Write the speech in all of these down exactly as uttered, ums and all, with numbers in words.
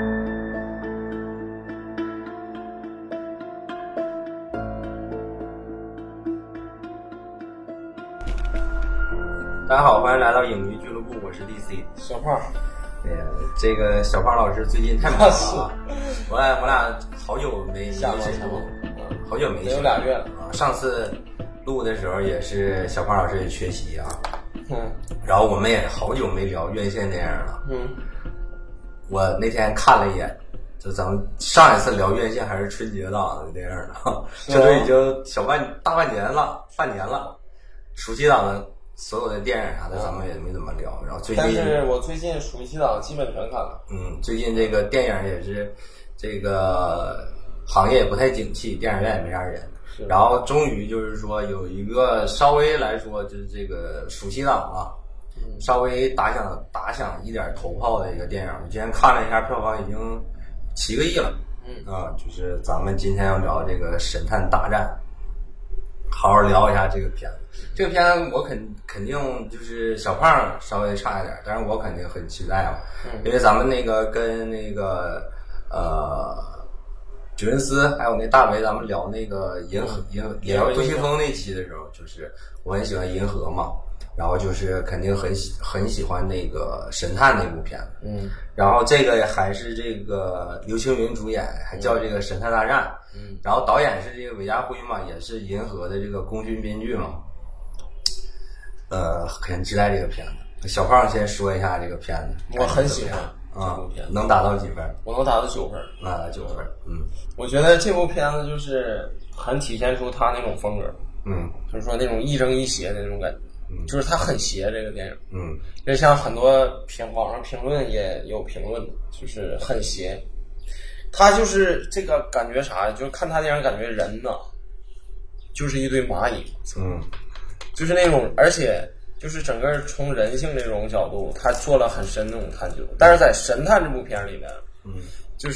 大家好，欢迎来到影迷俱乐部，我是 D C 小胖。 哎呀，这个小胖老师最近太忙了，我俩我俩好久没下没谁录，好久没有俩月了啊。上次录的时候也是小胖老师也缺席啊， 嗯， 然后我们也好久没聊院线电影了， 嗯， 我那天看了一眼，就咱们上一次聊院线还是春节档的电影了，这都已经小半大半年了，半年了，暑期档的。所有的电影啥的，咱们也没怎么聊。然后最近， 但是我最近暑期档基本全看了。 嗯，最近这个电影也是，这个行业也不太景气，电影院也没啥人。然后终于就是说有一个稍微来说就是这个暑期档啊，嗯、稍微打响打响一点头炮的一个电影。我今天看了一下，票房已经七个亿了。嗯啊，就是咱们今天要聊这个《神探大战》。好好聊一下这个片子，这个片子我肯肯定就是小胖稍微差一点，但是我肯定很期待啊，嗯、因为咱们那个跟那个呃九恩斯还有那大为咱们聊那个银河银河也聊杜琪峰那期的时候，就是我很喜欢银河嘛，然后就是肯定很喜很喜欢那个神探那部片子，嗯，然后这个还是这个刘青云主演，还叫这个神探大战。嗯，然后导演是这个韦家辉嘛，也是银河的这个功勋编剧嘛，呃，很期待这个片子。小胖先说一下这个片子， 我很喜欢啊、嗯，能打到几分？ 我能打到九分， 啊，九分。嗯， 我觉得这部片子就是很体现出他那种风格，嗯，就是说那种亦正亦邪的那种感觉，嗯，就是他很邪这个电影，嗯，就像很多评网上评论也有评论，就是很邪。他就是这个感觉啥呀？就是看他电影感觉人呢，就是一堆蚂蚁，嗯，就是那种，而且就是整个从人性这种角度，他做了很深那种探究。但是在《神探》这部片里面，嗯，就是，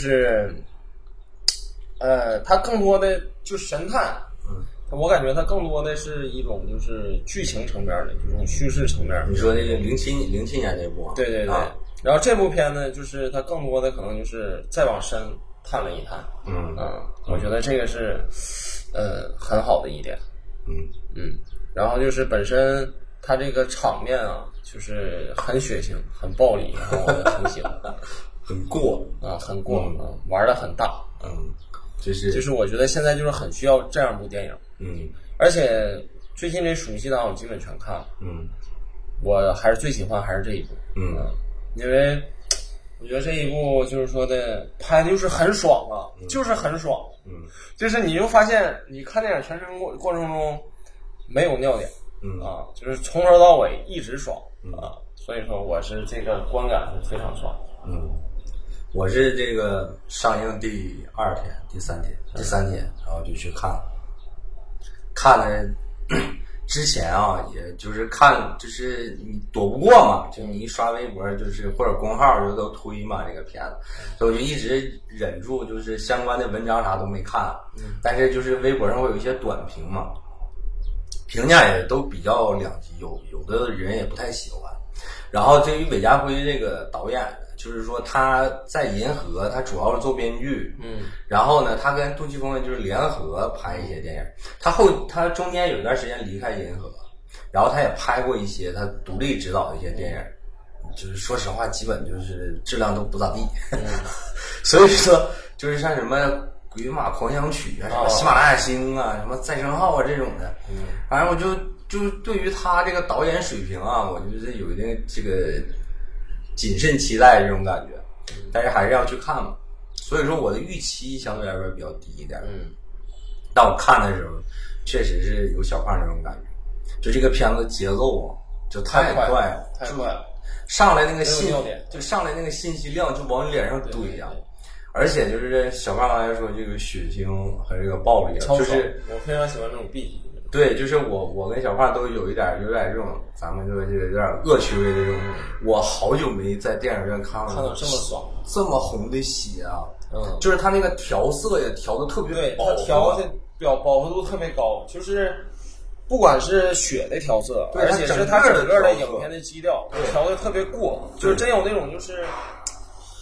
呃，他更多的就神探，嗯，我感觉他更多的是一种就是剧情层面的这种叙事层面。 你说那个零七零七年那部啊？ 对对对。啊然后这部片呢，就是它更多的可能就是再往深探了一探，嗯嗯，我觉得这个是呃很好的一点，嗯嗯，然后就是本身它这个场面啊，就是很血腥、很暴力，然后我很喜欢， 很过啊，很过啊、嗯，玩的很大， 嗯，就是就是我觉得现在就是很需要这样部电影，嗯，而且最近这暑期档我基本全看了，嗯，我还是最喜欢还是这一部，嗯。嗯因为我觉得这一部就是说的拍的就是很爽啊，嗯、就是很爽，嗯，就是你就发现你看电影全程过过程中没有尿点，嗯啊，就是从头到尾一直爽，嗯、啊，所以说我是这个观感是非常爽， 嗯，我是这个上映第二天、第三天、第三天，然后就去看了，看了。之前啊，也就是看，就是你躲不过嘛，就你一刷微博，就是或者公号就都推嘛这个片子，所以我就一直忍住，就是相关的文章啥都没看，但是就是微博上会有一些短评嘛，评价也都比较两极，有有的人也不太喜欢。然后对于韦家辉这个导演，就是说他在银河，他主要是做编剧，嗯，然后呢，他跟杜琪峰就是联合拍一些电影。他后他中间有一段时间离开银河，然后他也拍过一些他独立执导的一些电影，就是说实话，基本就是质量都不咋地。嗯、所以说，就是像什么《鬼马狂想曲》啊，什么《喜马拉雅星》啊，什么《再生号》啊这种的，嗯，反正我就就对于他这个导演水平啊，我就是有一定这个。谨慎期待这种感觉，但是还是要去看嘛。所以说我的预期相对来说比较低一点。嗯，但我看的时候，确实是有小胖那种感觉，就这个片子节奏啊，就太快了， 太快了， 上来那个信，就上来那个信息量就往你脸上堆呀、啊。而且就是小胖刚才说这个血腥和这个暴力，就是我非常喜欢这种 B 级。 对，就是我，我跟小胖都有一点，有点这种，咱们说这个有点恶趣味的这种。我好久没在电影院看看到这么爽、 这么红的血啊！嗯，就是他那个调色也调的特别对，他调的表饱和度特别高，就是不管是血的调色，而且是他整个的影片的基调调的特别过，就是真有那种就是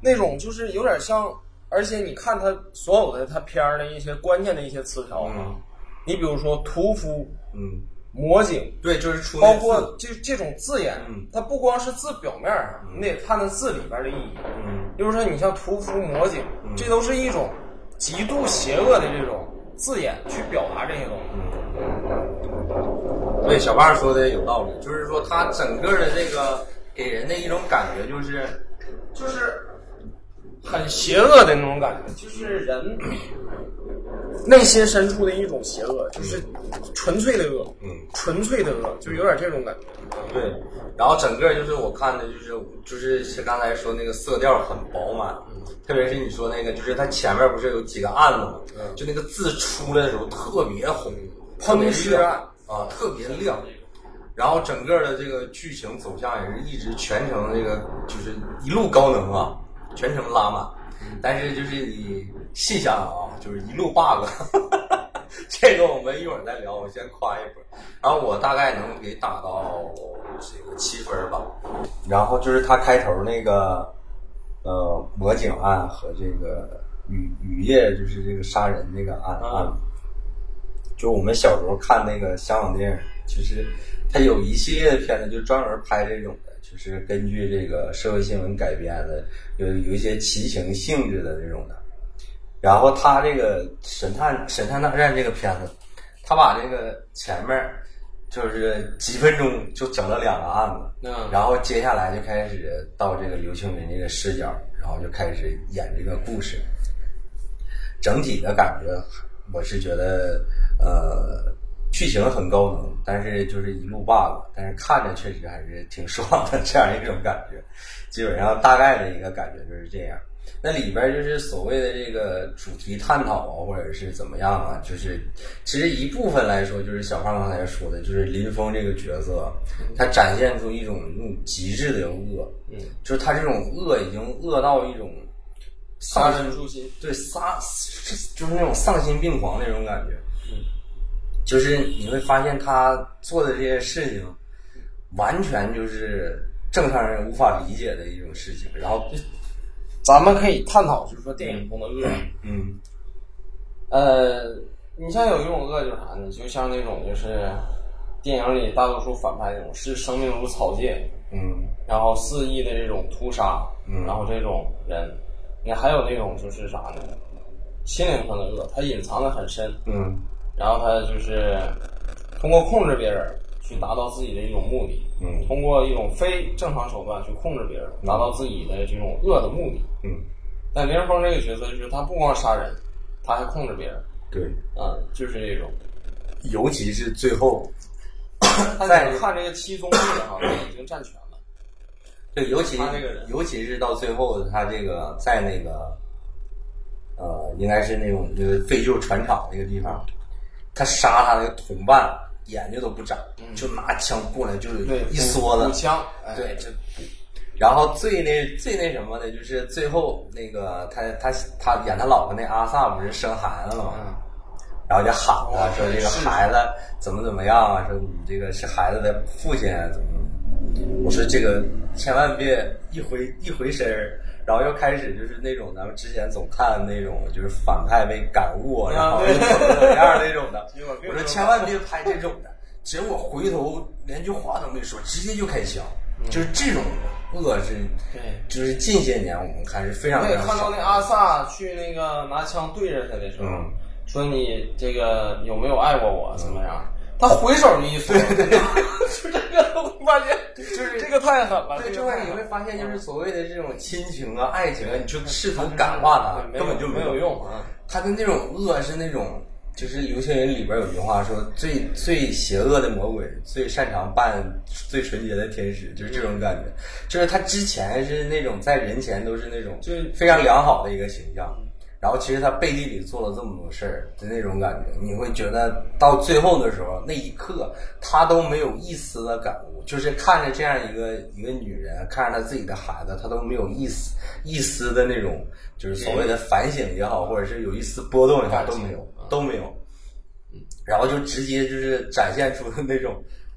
那种就是有点像，而且你看他所有的他片儿的一些关键的一些词条， 嗯， 你比如说屠夫， 嗯， 魔警， 对，就是出包括这这种字眼， 嗯， 它不光是字表面上，嗯、你得看它字里边的意义。 嗯， 比如说你像屠夫、魔警， 嗯、 这都是一种极度邪恶的这种字眼去表达这些东西。 嗯，对，小胖说的有道理，就是说他整个的这个给人的一种感觉就是就是很邪恶的那种感觉，就是人内心深处的一种邪恶，就是纯粹的恶， 嗯， 纯粹的恶，就有点这种感觉。 对，然后整个就是我看的就是就是像刚才说那个色调很饱满，嗯，特别是你说那个就是它前面不是有几个案子吗？嗯，就那个字出来的时候特别红，特别亮啊，特别亮。然后整个的这个剧情走向也是一直全程这个就是一路高能啊，全程拉满。但是就是你细想啊，就是一路 bug， 这个我们一会儿再聊，我先夸一波。然后我大概能给打到这个七分吧。然后就是他开头那个呃魔警案和这个雨雨夜就是这个杀人那个案案，就我们小时候看那个香港电影，就是它有一系列的片子就专门拍这种的，就是根据这个社会新闻改编的，有有一些奇情性质的这种的。然后他这个神探神探大战这个片子，他把这个前面就是几分钟就整了两个案子，嗯，然后接下来就开始到这个刘青云这个视角，然后就开始演这个故事。整体的感觉我是觉得呃剧情很高能，但是就是一路 bug， 但是看着确实还是挺爽的这样一种感觉。基本上大概的一个感觉就是这样。那里边就是所谓的这个主题探讨啊，或者是怎么样啊，就是其实一部分来说，就是小胖刚才说的，就是林峰这个角色，他展现出一种那种极致的恶，嗯，就是他这种恶已经恶到一种杀人诛心， 对，杀就是那种丧心病狂那种感觉，嗯，就是你会发现他做的这些事情，完全就是正常人无法理解的一种事情，然后。 咱们可以探讨，就是说电影中的恶， 嗯， 呃，你像有一种恶就是啥呢？就像那种就是电影里大多数反派那种，视生命如草芥， 嗯， 然后肆意的这种屠杀， 嗯， 然后这种人，你还有那种就是啥呢？心灵上的恶，他隐藏的很深， 嗯， 然后他就是通过控制别人去达到自己的一种目的， 嗯， 通过一种非正常手段去控制别人，达到自己的这种恶的目的， 嗯。 但林峰这个角色就是他不光杀人，他还控制别人， 对， 嗯，就是这种， 尤其是最后， 在看这个七宗罪哈，他已经占全了， 对，尤其他这个人， 尤其是到最后，他这个在那个，呃，应该是那种就是废旧船厂那个地方，他杀他那个同伴。眼睛都不眨，就拿枪过来，就是一梭子枪， 对，就，然后最那最那什么的，就是最后那个他他他演他老婆那阿萨不是生孩子了吗？嗯，然后就喊他说这个孩子怎么怎么样啊？说你这个是孩子的父亲啊，怎么怎么？我说这个千万别一回一回身儿。然后又开始就是那种咱们之前总看那种就是反派被感悟，然后又怎么怎么样那种的。我说千万别拍这种的，结果回头连句话都没说，直接就开枪，就是这种恶是，就是近些年我们看是非常非常少。 我也看到那阿萨去那个拿枪对着他的时候， 嗯， 说你这个有没有爱过我，怎么样？他回手就一锁， 对对对， 就这个我发现就是这个太狠了。 对，这块你会发现，就是所谓的这种亲情啊、爱情啊，你就试图感化他，根本就没有用啊。 他的那种恶是那种，就是刘青云里边有句话说，最最邪恶的魔鬼，最擅长扮最纯洁的天使，就是这种感觉。就是他之前是那种在人前都是那种就是非常良好的一个形象。然后其实他背地里做了这么多事儿的那种感觉，你会觉得到最后的时候那一刻他都没有一丝的感悟，就是看着这样一个一个女人，看着他自己的孩子，他都没有一丝一丝的那种就是所谓的反省也好，或者是有一丝波动也好，都没有都没有，然后就直接就是展现出那种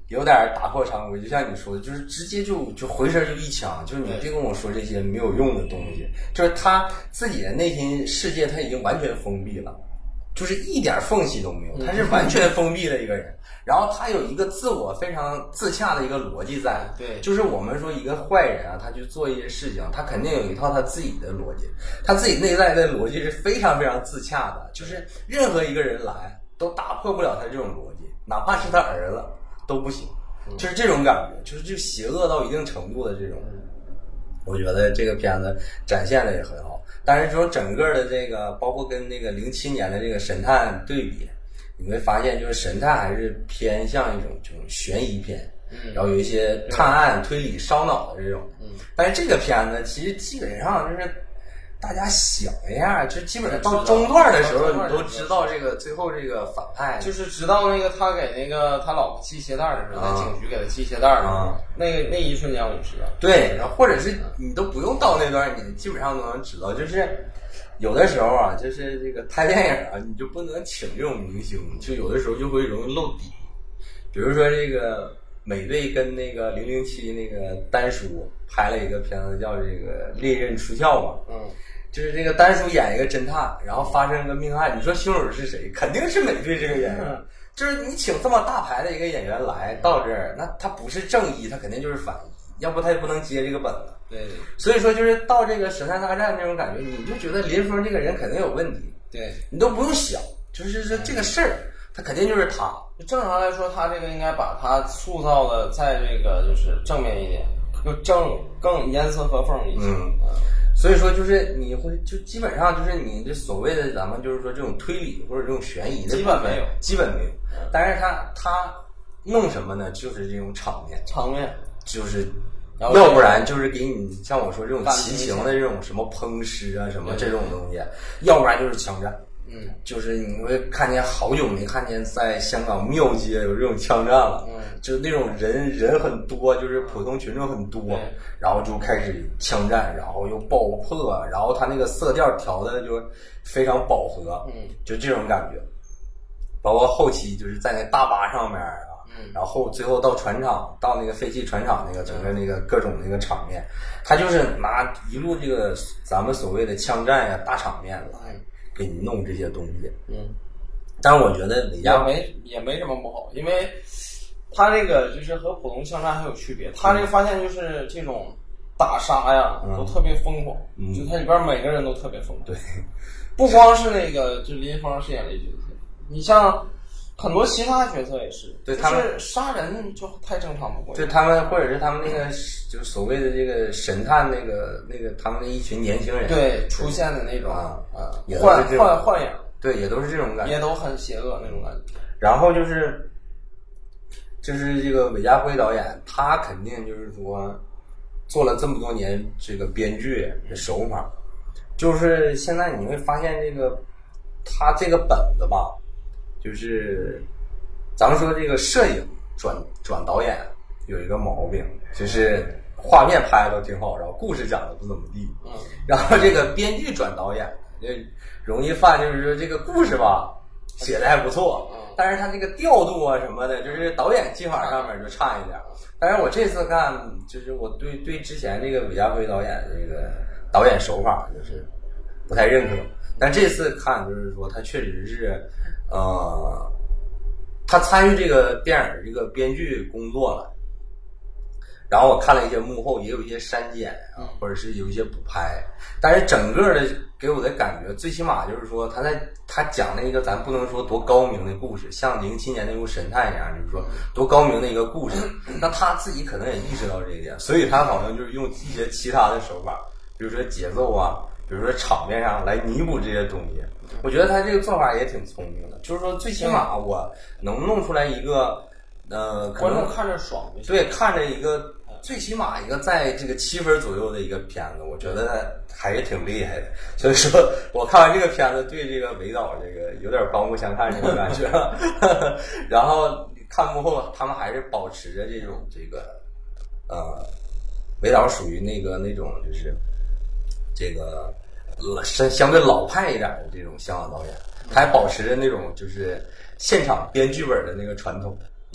有点打破常规，就像你说的，就是直接就就回身就一枪，就是你别跟我说这些没有用的东西，就是他自己的内心世界他已经完全封闭了，就是一点缝隙都没有，他是完全封闭的一个人。然后他有一个自我非常自洽的一个逻辑在， 对， 就是我们说一个坏人啊，他去做一些事情，他肯定有一套他自己的逻辑，他自己内在的逻辑是非常非常自洽的，就是任何一个人来都打破不了他这种逻辑，哪怕是他儿子都不行，就是这种感觉，就是就邪恶到一定程度的这种。我觉得这个片子展现的也很好，但是这种整个的这个，包括跟那个零七年的这个神探对比，你会发现就是神探还是偏向一种这种悬疑片，嗯，然后有一些探案推理烧脑的这种，嗯，但是这个片子其实基本上就是大家想一下，就基本上到中段的时候，你都知道这个最后这个反派， 就是直到那个他给那个他老婆系鞋带的时候，在警局给他系鞋带的时候，那个那一瞬间我就知道。 对，然后或者是你都不用到那段，你基本上都能知道。就是有的时候啊，就是这个拍电影啊，你就不能请这种明星，就有的时候就会容易露底。比如说这个美队跟那个零零七那个丹叔拍了一个片子叫这个《猎刃出鞘》嘛，嗯。就是这个丹叔演一个侦探，然后发生一个命案，你说凶手是谁？肯定是美队这个演员。就是你请这么大牌的一个演员来到这儿，那他不是正义，他肯定就是反义，要不他也不能接这个本子。 对， 所以说就是到这个神探大战那种感觉，你就觉得林峰这个人肯定有问题。 对， 你都不用想，就是说这个事儿，他肯定就是他。 正常来说，他这个应该把他塑造的在这个就是正面一点，更正更严丝合缝一些。嗯。 所以说，就是你会就基本上就是你这所谓的咱们就是说这种推理或者这种悬疑的基本没有， 基本没有。但是他他弄什么呢？就是这种场面， 场面就是，要不然就是给你像我说这种奇情的这种什么烹尸啊什么这种东西，要不然就是枪战。嗯，就是你会看见好久没看见在香港庙街有这种枪战了，嗯，就是那种人人很多，就是普通群众很多，然后就开始枪战，然后又爆破，然后他那个色调调的就非常饱和，嗯，就这种感觉。包括后期就是在那大巴上面啊，嗯，然后最后到船厂，到那个废弃船厂那个整个那个各种那个场面，他就是拿一路这个咱们所谓的枪战呀大场面来给你弄这些东西，嗯，但是我觉得李佳也没也没什么不好，因为他这个就是和普通枪战还有区别，他这个发现就是这种打杀呀、嗯、都特别疯狂，嗯，就他里边每个人都特别疯狂， 对， 不光是那个就林峰饰演的角色，你像很多其他角色也是， 对，他们就是杀人就太正常不过， 对他们或者是他们那个就所谓的这个神探那个那个他们那一群年轻人对出现的那种啊啊幻幻幻影， 对，也都是这种感觉， 也都很邪恶那种感觉。 然后就是就是这个韦家辉导演，他肯定就是说做了这么多年这个编剧的手法，就是现在你会发现这个他这个本子吧。就是咱们说这个摄影转转导演有一个毛病，就是画面拍的都挺好，然后故事讲的不怎么地。嗯，然后这个编剧转导演就容易犯，就是说这个故事吧写的还不错，但是他这个调度啊什么的，就是导演技法上面就差一点。但是我这次看，就是我对对之前这个韦家辉导演这个导演手法就是不太认可，但这次看就是说他确实是。呃，他参与这个电影这个编剧工作了，然后我看了一些幕后，也有一些删减啊，或者是有一些补拍，但是整个的给我的感觉，最起码就是说他在他讲了一个咱不能说多高明的故事，像零七年那部神探一样，就是说多高明的一个故事，那他自己可能也意识到这一点，所以他好像就是用一些其他的手法，比如说节奏啊，比如说场面上来弥补这些东西。我觉得他这个做法也挺聪明的，就是说最起码我能弄出来一个呃，可能看着爽， 对，看着一个最起码一个在这个七分左右的一个片子，我觉得还是挺厉害的。所以说我看完这个片子，对这个韦导这个有点刮目相看这种感觉。然后看幕后，他们还是保持着这种这个呃，韦导属于那个那种就是这个。相相对老派一点的这种香港导演，他还保持着那种就是现场编剧本的那个传统，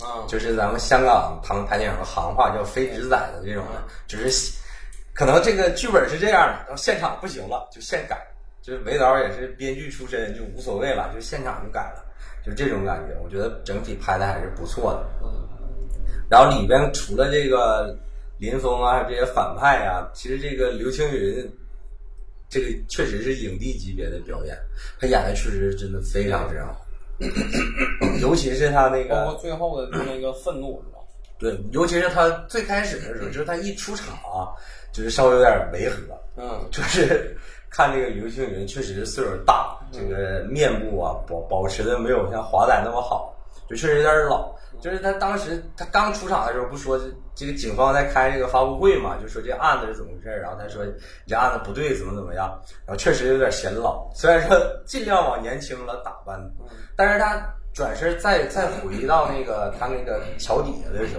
啊， 就是咱们香港他们拍电影的行话叫非直宰的这种的， 嗯、 就是可能这个剧本是这样的，然后现场不行了就现改，就是韦导也是编剧出身，就无所谓了，就现场就改了，就这种感觉，我觉得整体拍的还是不错的。 嗯， 然后里边除了这个林峰啊这些反派啊，其实这个刘青云。这个确实是影帝级别的表演，他演的确实真的非常非常好，尤其是他那个， 包括最后的那个愤怒，是吧？ 对，尤其是他最开始的时候，就是他一出场啊，就是稍微有点违和， 嗯， 就是看这个刘青云确实是岁数大，这个面部啊保保持的没有像华仔那么好，就确实有点老。就是他当时他刚出场的时候，不说这个警方在开这个发布会嘛，就说这案子是怎么回事，然后他说这案子不对，怎么怎么样，然后确实有点显老，虽然说尽量往年轻了打扮，但是他转身再再回到那个他那个桥底下的时候，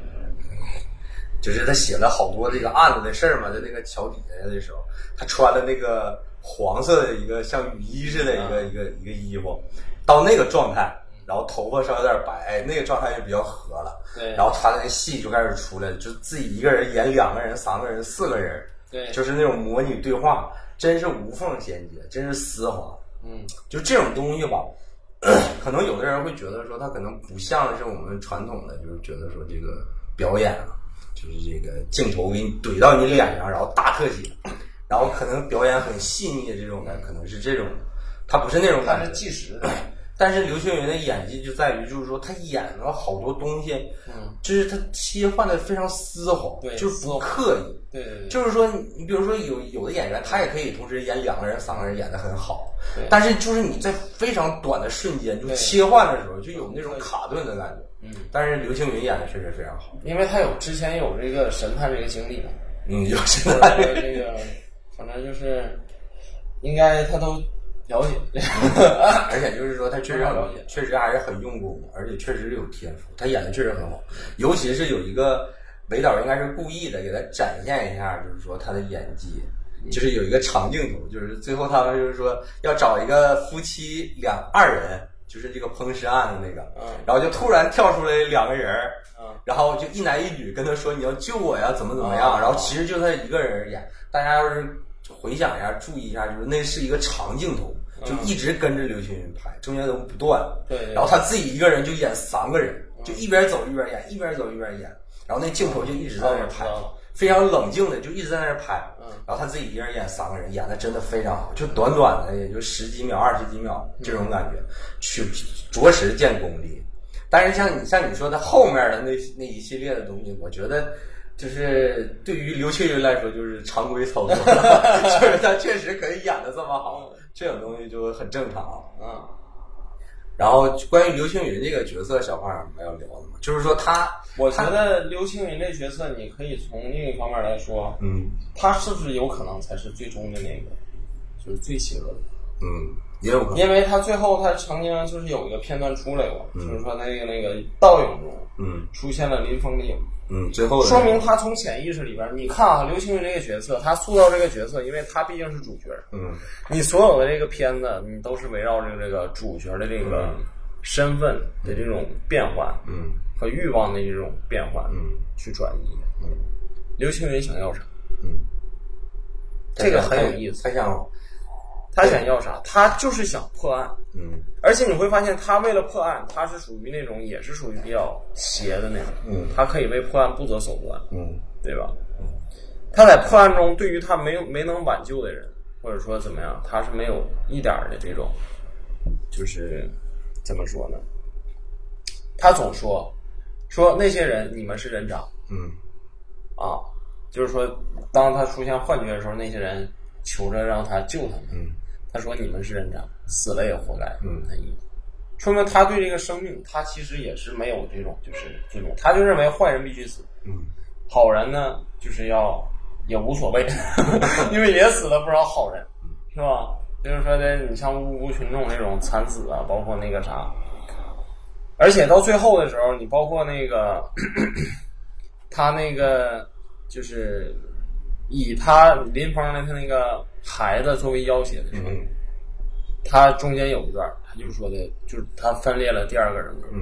就是他写了好多这个案子的事儿嘛，在那个桥底下的时候，他穿了那个黄色的一个像雨衣似的一个一个一个衣服，到那个状态。然后头发稍微有点白，那个状态就比较和了。 对。 然后他那戏就开始出来了，就自己一个人演两个人、三个人、四个人。 对。 就是那种模拟对话，真是无缝衔接，真是丝滑。 嗯。 就这种东西吧，可能有的人会觉得说，他可能不像是我们传统的，就是觉得说这个表演啊，就是这个镜头给你怼到你脸上，然后大特写，然后可能表演很细腻的这种的，可能是这种，他不是那种感觉。 他是纪实。 但是刘青云的演技就在于，就是说他演了好多东西， 嗯， 就是他切换的非常丝滑， 对， 就是不刻意， 对对对， 就是说你比如说有有的演员，他也可以同时演两个人、三个人演得很好， 对， 但是就是你在非常短的瞬间就切换的时候，就有那种卡顿的感觉， 嗯， 但是刘青云演的确实非常好， 因为他有之前有这个神探这个经历嘛， 嗯，有神探这个，反正就是应该他都。了解， 而且就是说他确实很了解，确实还是很用功，而且确实有天赋，他演的确实很好。尤其是有一个韦导应该是故意的，给他展现一下，就是说他的演技。就是有一个长镜头，就是最后他们就是说要找一个夫妻两二人，就是这个烹尸案的那个，然后就突然跳出来两个人，然后就一男一女跟他说你要救我呀，怎么怎么样，然后其实就他一个人演。大家要是回想一下，注意一下，就是那是一个长镜头。就一直跟着刘青云拍，中间都不断。 对。 然后他自己一个人就演三个人，就一边走一边演，一边走一边演。然后那镜头就一直在那儿拍，非常冷静的就一直在那儿拍。然后他自己一个人演三个人，演的真的非常好，就短短的也就十几秒、二十几秒这种感觉，去着实见功力。但是像你像你说的后面的那那一系列的东西，我觉得。就是对于刘青云来说，就是常规操作，就是他确实可以演得这么好，这种东西就很正常啊。 嗯。 然后关于刘青云这个角色，小胖有没有聊的吗？就是说他， 我觉得刘青云这角色，你可以从另一方面来说， 嗯， 他是不是有可能才是最终的那个，就是最邪恶的？ 嗯，也有可能， 因为他最后他曾经就是有一个片段出来过，嗯、就是说那个那个倒影中， 嗯， 出现了林峰的影。 嗯，最后说明他从潜意识里边，你看啊，刘青云这个角色，他塑造这个角色，因为他毕竟是主角， 嗯， 你所有的这个片子，你都是围绕着这个主角的这个身份的这种变换， 嗯， 和欲望的这种变换， 嗯， 去转移， 嗯， 刘青云想要啥？ 嗯， 这个很有意思， 他想， 他想要啥？他就是想破案， 嗯。 而且你会发现，他为了破案，他是属于那种，也是属于比较邪的那种。 嗯， 他可以为破案不择手段。 嗯， 对吧？嗯，他在破案中，对于他没有没能挽救的人，或者说怎么样，他是没有一点的这种，就是怎么说呢？他总说说那些人，你们是人渣。 嗯， 啊，就是说，当他出现幻觉的时候，那些人求着让他救他们。 嗯。 他说：“你们是人渣，死了也活该。” 嗯， 他意思说明他对这个生命，他其实也是没有这种，就是这种，他就认为坏人必须死， 嗯， 好人呢就是要也无所谓，因为也死了不少好人，是吧？就是说的，你像无辜群众这种惨死啊，包括那个啥，而且到最后的时候，你包括那个他那个就是以他林峰的他那个孩子作为要挟的时候， 嗯， 他中间有一段，他就说的，就是他分裂了第二个人格， 嗯，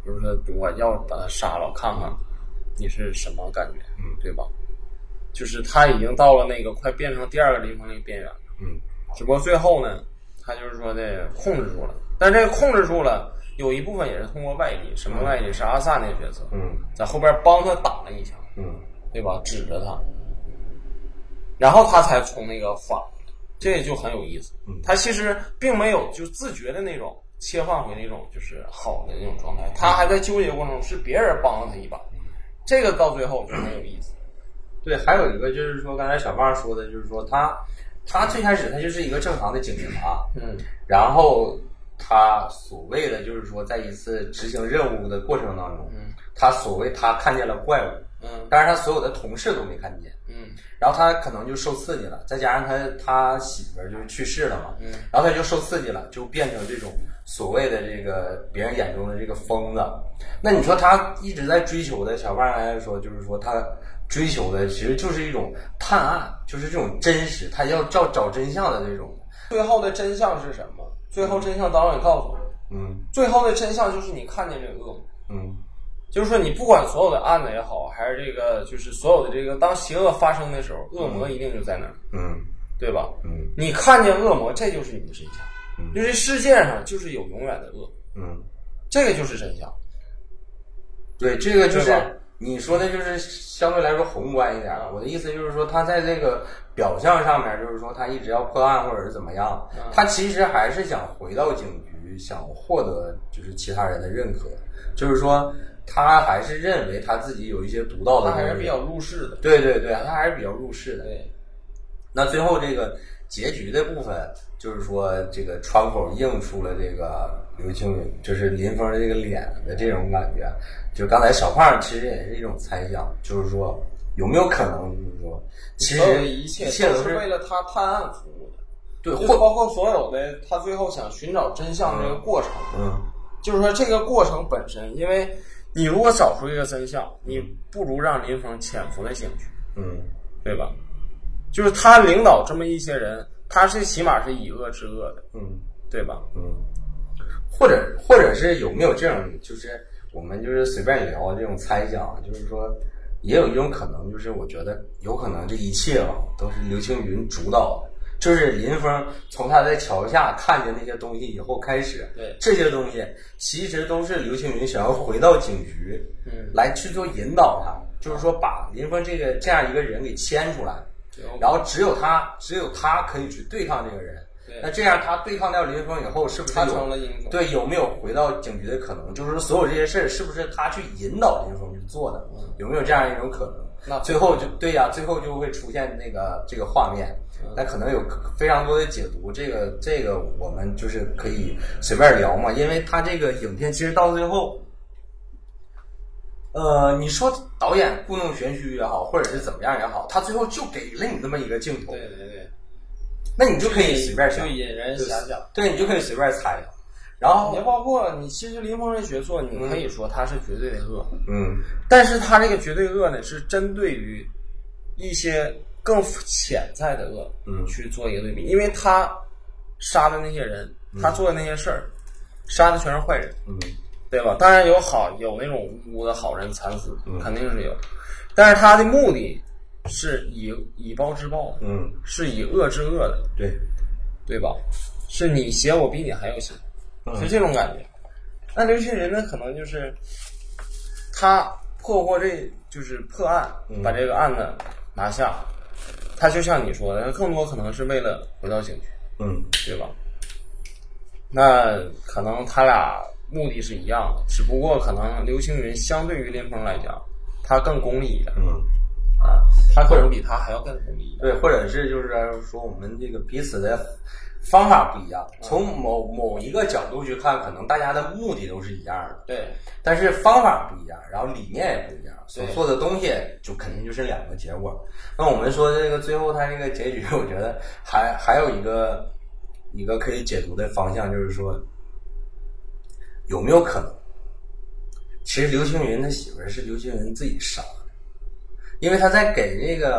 比如说我要把他杀了，看看你是什么感觉， 嗯， 对吧？就是他已经到了那个快变成第二个林峰那个边缘了， 嗯， 只不过最后呢，他就是说的控制住了，但这个控制住了，有一部分也是通过外力，什么外力？是阿萨那个角色， 嗯， 在后边帮他挡了一枪， 嗯， 对吧？指着他，然后他才从那个反，这就很有意思。 嗯， 他其实并没有就自觉的那种切换回那种就是好的那种状态，他还在纠结过程中是别人帮了他一把，这个到最后就很有意思。 对，还有一个就是说，刚才小胖说的，就是说他他最开始他就是一个正常的警察， 嗯， 然后他所谓的就是说，在一次执行任务的过程当中， 嗯， 他所谓他看见了怪物， 嗯， 但是他所有的同事都没看见， 嗯， 然后他可能就受刺激了，再加上他他媳妇儿就是去世了嘛， 嗯， 然后他就受刺激了，就变成这种所谓的这个别人眼中的这个疯子。那你说他一直在追求的，小胖来说就是说他追求的其实就是一种探案，就是这种真实，他要找找真相的这种。 最后的真相是什么？最后真相导演告诉我， 嗯， 最后的真相就是你看见这个恶魔， 嗯， 就是说你不管所有的案子也好，还是这个就是所有的这个当邪恶发生的时候，恶魔一定就在那儿， 嗯， 对吧？ 嗯，你看见恶魔，这就是你的真相。 嗯， 就是世界上就是有永远的恶， 嗯， 这个就是真相。 对，这个就是你说的，就是相对来说宏观一点。我的意思就是说，他在这个表象上面，就是说他一直要破案或者是怎么样，他其实还是想回到警局，想获得就是其他人的认可。就是说，他还是认为他自己有一些独到的， 他还是比较入世的。 对对对，他还是比较入世的。 对。 那最后这个结局的部分，就是说这个窗口映出了这个刘青云，就是林峰的这个脸的这种感觉。就刚才小胖其实也是一种猜想，就是说有没有可能，就是说其实一切一切都是为了他探案服务的。 对， 或包括所有的他最后想寻找真相这个过程。 嗯， 就是说这个过程本身，因为你如果找出一个真相，你不如让林峰潜伏在警局， 嗯， 对吧？就是他领导这么一些人，他是起码是以恶制恶的， 嗯， 对吧？ 嗯，或者或者是有没有这种，就是我们就是随便聊这种猜想，就是说也有一种可能，就是我觉得有可能这一切啊都是刘青云主导的，就是林峰从他在桥下看见那些东西以后开始， 对这些东西其实都是刘青云想要回到警局， 嗯， 来去做引导他，就是说把林峰这个这样一个人给牵出来。然后只有他，只有他可以去对抗这个人。那这样他对抗掉林峰以后，是不是他成了英雄？ 对，有没有回到警局的可能？就是说，所有这些事儿是不是他去引导林峰去做的？ 嗯、 有没有这样一种可能？ 那最后就对呀、啊，最后就会出现那个这个画面。 嗯、 那可能有非常多的解读，这个这个我们就是可以随便聊嘛，因为他这个影片其实到最后。呃，你说导演故弄玄虚也好，或者是怎么样也好，他最后就给了你这么一个镜头。 对对对， 那你就可以随便想， 就引人遐想。 对，你就可以随便猜。然后也包括你，其实林峰这角色，你可以说他是绝对的恶， 嗯， 但是他这个绝对恶呢，是针对于一些更潜在的恶， 嗯， 去做一个对比，因为他杀的那些人，他做的那些事儿，杀的全是坏人， 嗯。 对吧？当然有好有那种无辜的好人惨死， 嗯、 肯定是有，但是他的目的是以以暴制暴的， 嗯， 是以恶制恶的， 对， 对吧？是你邪我比你还要邪， 嗯、 是这种感觉。那刘青云呢，可能就是他破获这就是破案， 嗯、 把这个案子拿下，他就像你说的，更多可能是为了回到警局， 嗯， 对吧？那可能他俩。目的是一样的，只不过可能刘青云相对于林峰来讲，他更功利一点。 嗯， 啊，他可能比他还要更功利一点。 对，或者是就是说我们这个彼此的方法不一样，从某某一个角度去看，可能大家的目的都是一样的。 对， 但是方法不一样，然后理念也不一样，所做的东西就肯定就是两个结果。那我们说这个最后他这个结局，我觉得还还有一个一个可以解读的方向，就是说。有没有可能？其实刘青云他媳妇儿是刘青云自己杀的，因为他在给这个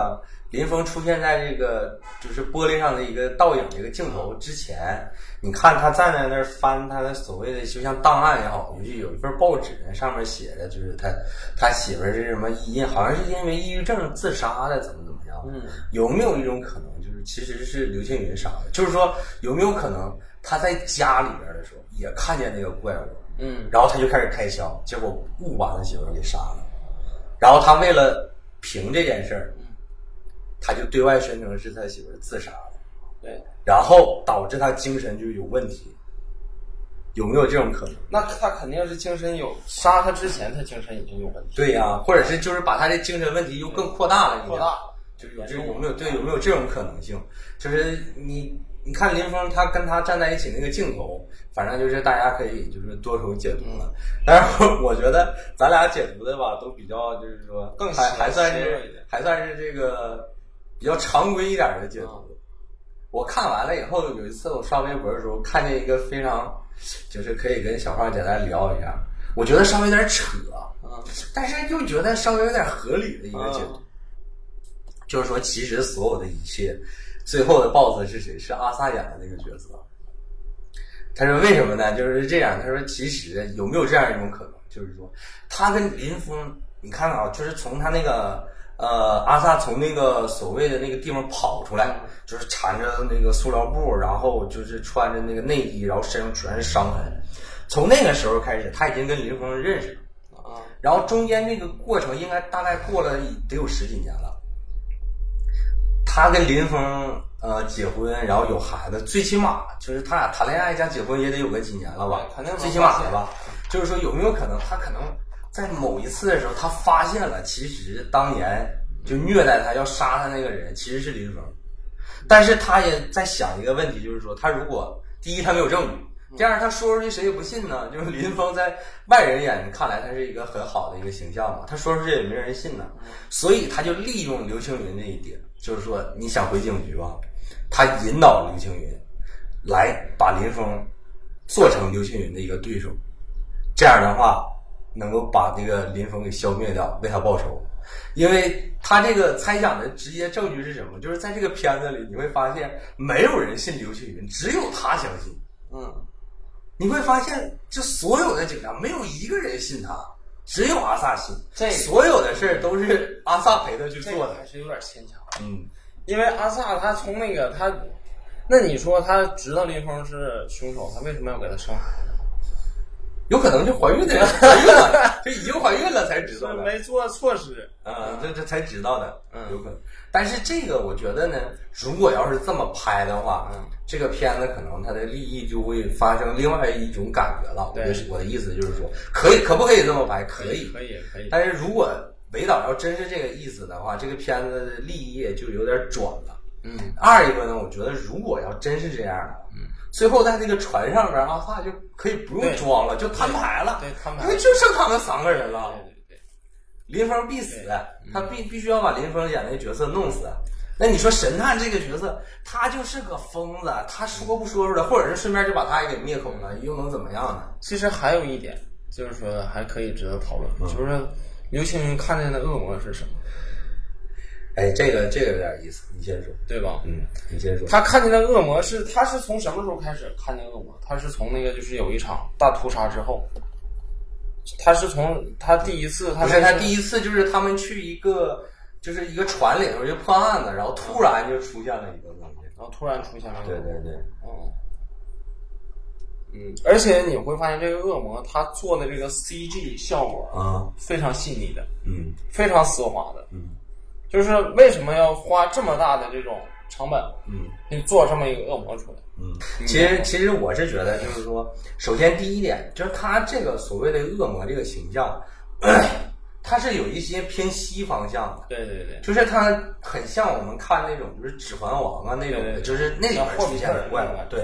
林峰出现在这个就是玻璃上的一个倒影这个镜头之前，你看他站在那儿翻他的所谓的就像档案也好，尤其有一份报纸上面写的就是他他媳妇儿是什么因好像是因为抑郁症自杀的，怎么怎么样？嗯，有没有一种可能就是其实是刘青云杀的？就是说有没有可能他在家里边的时候也看见那个怪物？嗯，然后他就开始开枪，结果误把他媳妇儿给杀了。然后他为了平这件事儿，他就对外宣称是他媳妇儿自杀的， 对， 然后导致他精神就有问题，有没有这种可能？ 那他肯定是精神有，杀他之前他精神已经有问题。 对呀、啊，或者是就是把他的精神问题又更扩大了一点， 扩大， 就是有这有没有对有没有这种可能性？就是你你看林峰他跟他站在一起那个镜头，反正就是大家可以就是多手解读了。但是我觉得咱俩解读的吧，都比较就是说更还还算是还算是这个比较常规一点的解读。嗯、我看完了以后，有一次我刷微博的时候，看见一个非常就是可以跟小胖简单聊一下，我觉得稍微有点扯，嗯，但是又觉得稍微有点合理的一个解读，嗯、就是说其实所有的一切。最后的 boss 是谁？是阿萨演的那个角色。他说为什么呢？就是这样。他说其实有没有这样一种可能，就是说他跟林峰，你看啊，就是从他那个呃阿萨从那个所谓的那个地方跑出来，就是缠着那个塑料布，然后就是穿着那个内衣，然后身上全是伤痕。从那个时候开始，他已经跟林峰认识了啊。然后中间那个过程应该大概过了得有十几年了。他跟林峰呃结婚，然后有孩子，最起码就是他俩谈恋爱加结婚也得有个几年了吧？ 肯定最起码了吧？就是说有没有可能他可能在某一次的时候，他发现了其实当年就虐待他要杀他那个人其实是林峰，但是他也在想一个问题，就是说他如果第一他没有证据。第二，他说出去谁也不信呢？就是林峰在外人眼里看来，他是一个很好的一个形象嘛，他说出去也没人信呢。所以他就利用刘青云这一点，就是说你想回警局吧，他引导刘青云来把林峰做成刘青云的一个对手，这样的话能够把这个林峰给消灭掉，为他报仇。因为他这个猜想的直接证据是什么？就是在这个片子里你会发现，没有人信刘青云，只有他相信。嗯。你会发现，这所有的警察没有一个人信他，只有阿萨信。 这所有的事都是阿萨陪他去做的， 还是有点牵强。 嗯， 因为阿萨他从那个他，那你说他知道林峰是凶手，他为什么要给他生孩子？ 有可能就怀孕的人怀孕了，就已经怀孕了才知道的， 没做措施啊，这这才知道的，嗯，有可能。但是这个我觉得呢，如果要是这么拍的话，嗯，这个片子可能它的利益就会发生另外一种感觉了。 对， 我的意思就是说，可以可不可以这么拍？可以， 可以，可以。 但是如果韦导要真是这个意思的话，这个片子的立业就有点转了。嗯，二一个呢，我觉得如果要真是这样的，嗯，最后在这个船上边，阿萨就可以不用装了，就摊牌了， 对，摊牌， 因为就剩他们三个人了。 对对对， 林峰必死，他必必须要把林峰演的角色弄死。那你说神探这个角色，他就是个疯子，他说不说出来，或者是顺便就把他也给灭口了，又能怎么样呢？ 其实还有一点，就是说还可以值得讨论，嗯、就是刘青云看见的恶魔是什么？ 哎，这个这个有点意思，你先说， 对吧？ 嗯，你先说。 他看见的恶魔是，他是从什么时候开始看见恶魔？他是从那个就是有一场大屠杀之后，他是从他第一次，他不是他第一次，就是他们去一个就是一个船里头就破案子，然后突然就出现了一个东西， 然后突然出现了， 对对对， 嗯嗯，而且你会发现这个恶魔他做的这个 C G 效果啊， 非常细腻的， 嗯， 非常丝滑的， 嗯。 就是为什么要花这么大的这种成本， 嗯， 你做这么一个恶魔出来？ 嗯，其实其实我是觉得，就是说，首先第一点，就是他这个所谓的恶魔这个形象，它是有一些偏西方向的。 对对对， 就是它很像我们看那种就是《指环王》啊那种的，就是那里边出现的怪物。对。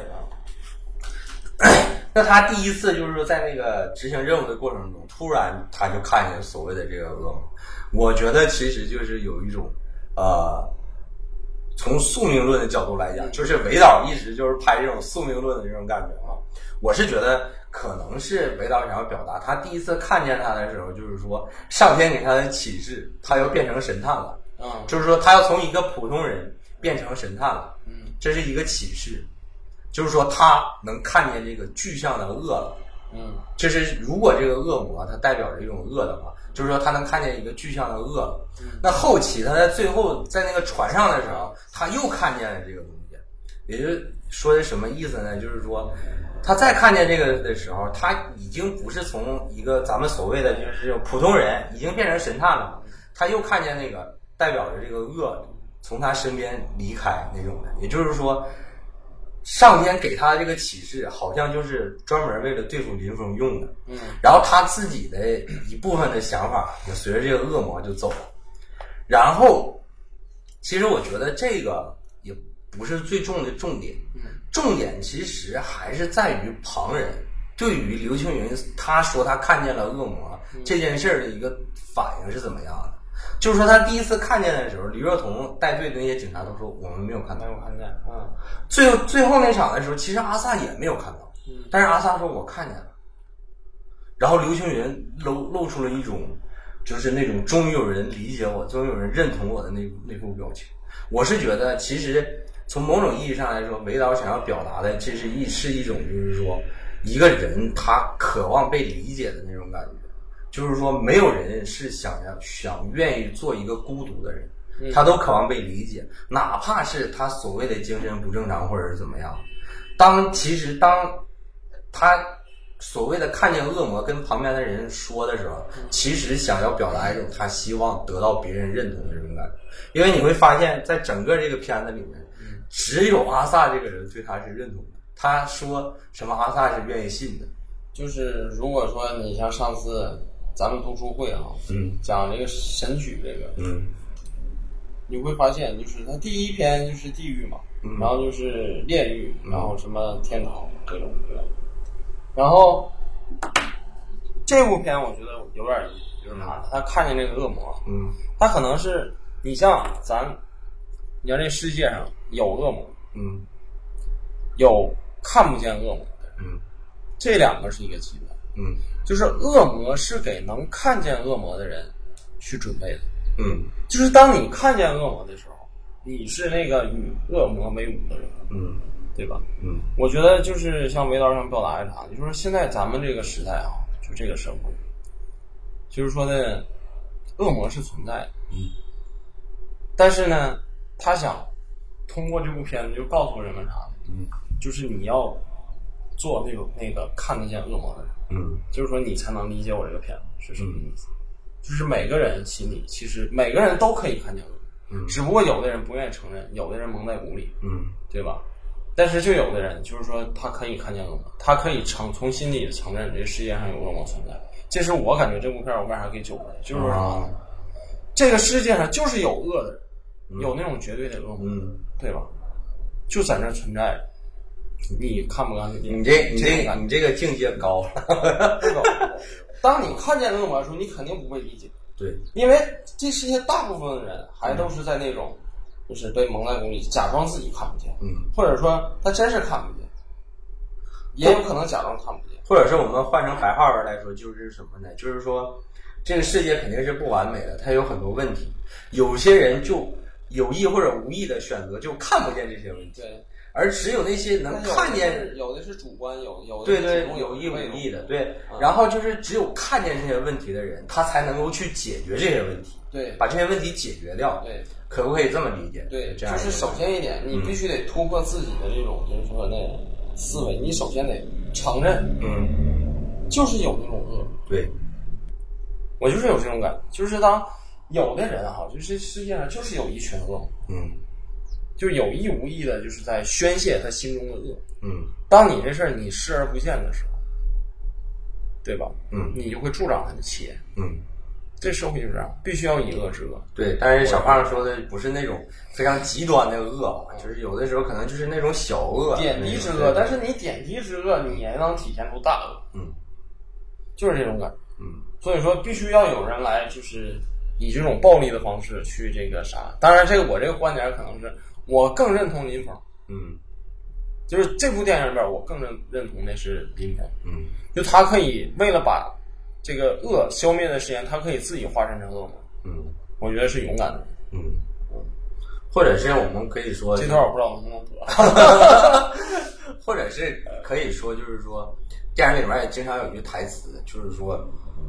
那他第一次就是说在那个执行任务的过程中，突然他就看见所谓的这个恶魔。我觉得其实就是有一种，呃，从宿命论的角度来讲，就是韦导一直就是拍这种宿命论的这种感觉啊。我是觉得可能是韦导想要表达，他第一次看见他的时候，就是说上天给他的启示，他要变成神探了。 嗯， 就是说他要从一个普通人变成神探了， 嗯， 这是一个启示，就是说他能看见这个具象的恶了， 嗯， 这是如果这个恶魔它代表着一种恶的话，就是说他能看见一个具象的恶了。 嗯， 那后期他在最后在那个船上的时候，他又看见了这个东西，也就是说的什么意思呢？就是说他再看见这个的时候，他已经不是从一个咱们所谓的就是普通人，已经变成神探了。他又看见那个代表着这个恶从他身边离开那种的，也就是说，上天给他这个启示，好像就是专门为了对付林峰用的。 嗯， 然后他自己的一部分的想法也随着这个恶魔就走了。然后，其实我觉得这个也不是最重的重点。重点其实还是在于旁人对于刘青云他说他看见了恶魔这件事的一个反应是怎么样的。就是说他第一次看见的时候，李若彤带队的那些警察都说我们没有看到， 没有看见。嗯， 最后最后那场的时候，其实阿萨也没有看到， 嗯， 但是阿萨说我看见了。然后刘青云露露出了一种就是那种终于有人理解我，终于有人认同我的那那副表情。我是觉得其实从某种意义上来说，韦导想要表达的，这是一是一种就是说一个人他渴望被理解的那种感觉，就是说没有人是想要想愿意做一个孤独的人，他都渴望被理解，哪怕是他所谓的精神不正常或者是怎么样。当其实当他所谓的看见恶魔跟旁边的人说的时候，其实想要表达一种他希望得到别人认同的这种感觉。因为你会发现在整个这个片子里面，只有阿萨这个人对他是认同的，他说什么阿萨是愿意信的。 就是如果说你像上次咱们读书会啊， 嗯， 讲这个神曲这个， 嗯， 你会发现就是它第一篇就是地狱嘛， 嗯， 然后就是炼狱，然后什么天堂这种对吧？然后这部片我觉得有点意思，就是啥？他看见这个恶魔， 嗯， 他可能是你像咱，你看这世界上有恶魔， 嗯， 有看不见恶魔的人， 嗯， 这两个是一个极端， 嗯， 就是恶魔是给能看见恶魔的人去准备的， 嗯， 就是当你看见恶魔的时候，你是那个与恶魔为伍的人， 嗯， 对吧？ 嗯， 我觉得就是像韦导上表达的啥，就是说现在咱们这个时代啊，就这个社会，就是说的恶魔是存在的， 嗯， 但是呢，他想通过这部片子就告诉人们啥， 嗯， 就是你要做那种那个看得见恶魔的人， 嗯， 就是说你才能理解我这个片子是什么意思。就是每个人心里其实每个人都可以看见恶魔， 嗯，只不过有的人不愿意承认，有的人蒙在鼓里， 嗯， 对吧？但是就有的人就是说他可以看见恶魔，他可以承从心里承认这个世界上有恶魔存在。这是我感觉这部片我为啥给九分，就是说啥呢？这个世界上就是有恶的人，嗯，有那种绝对的恶魔， 嗯， 对吧？就在那存在着。你看不看？ 你这你这你这个境界高， 不高。当你看见恶魔的时候，你肯定不会理解。 对， 因为这世界大部分的人还都是在那种，就是被蒙在鼓里，假装自己看不见， 嗯，或者说他真是看不见，也有可能假装看不见。 或者是我们换成白话文来说，就是什么呢？就是说，这个世界肯定是不完美的，它有很多问题。有些人就有意或者无意的选择，就看不见这些问题。 对。 而只有那些能看见， 有的是主观，有有的对对有意无意的，对。然后就是只有看见这些问题的人，他才能够去解决这些问题， 对， 把这些问题解决掉， 对， 可不可以这么理解？ 对， 这样就是首先一点，你必须得突破自己的这种，就是说那种思维，你首先得承认， 嗯， 就是有那种恶， 对， 我就是有这种感觉，就是当有的人哈，就是世界上就是有一群恶， 嗯。 就有意无意的，就是在宣泄他心中的恶。 嗯， 当你这事儿你视而不见的时候，对吧？ 嗯， 你就会助长他的气焰。 嗯， 这社会就是这样，必须要以恶制恶。 对，但是小胖说的不是那种非常极端的恶，就是有的时候可能就是那种小恶、 点滴之恶。但是你点滴之恶，你也能体现出大恶。 嗯， 就是这种感觉。 嗯， 所以说必须要有人来，就是以这种暴力的方式去这个啥。当然，这个我这个观点可能是。我更认同林峰， 嗯， 就是这部电影里边，我更认认同的是林峰， 嗯， 就他可以为了把这个恶消灭的时间，他可以自己化身成恶魔， 嗯， 我觉得是勇敢的人， 嗯嗯，或者是我们可以说这段我不知道能不能播， 或者是可以说就是说电影里面也经常有一句台词，就是说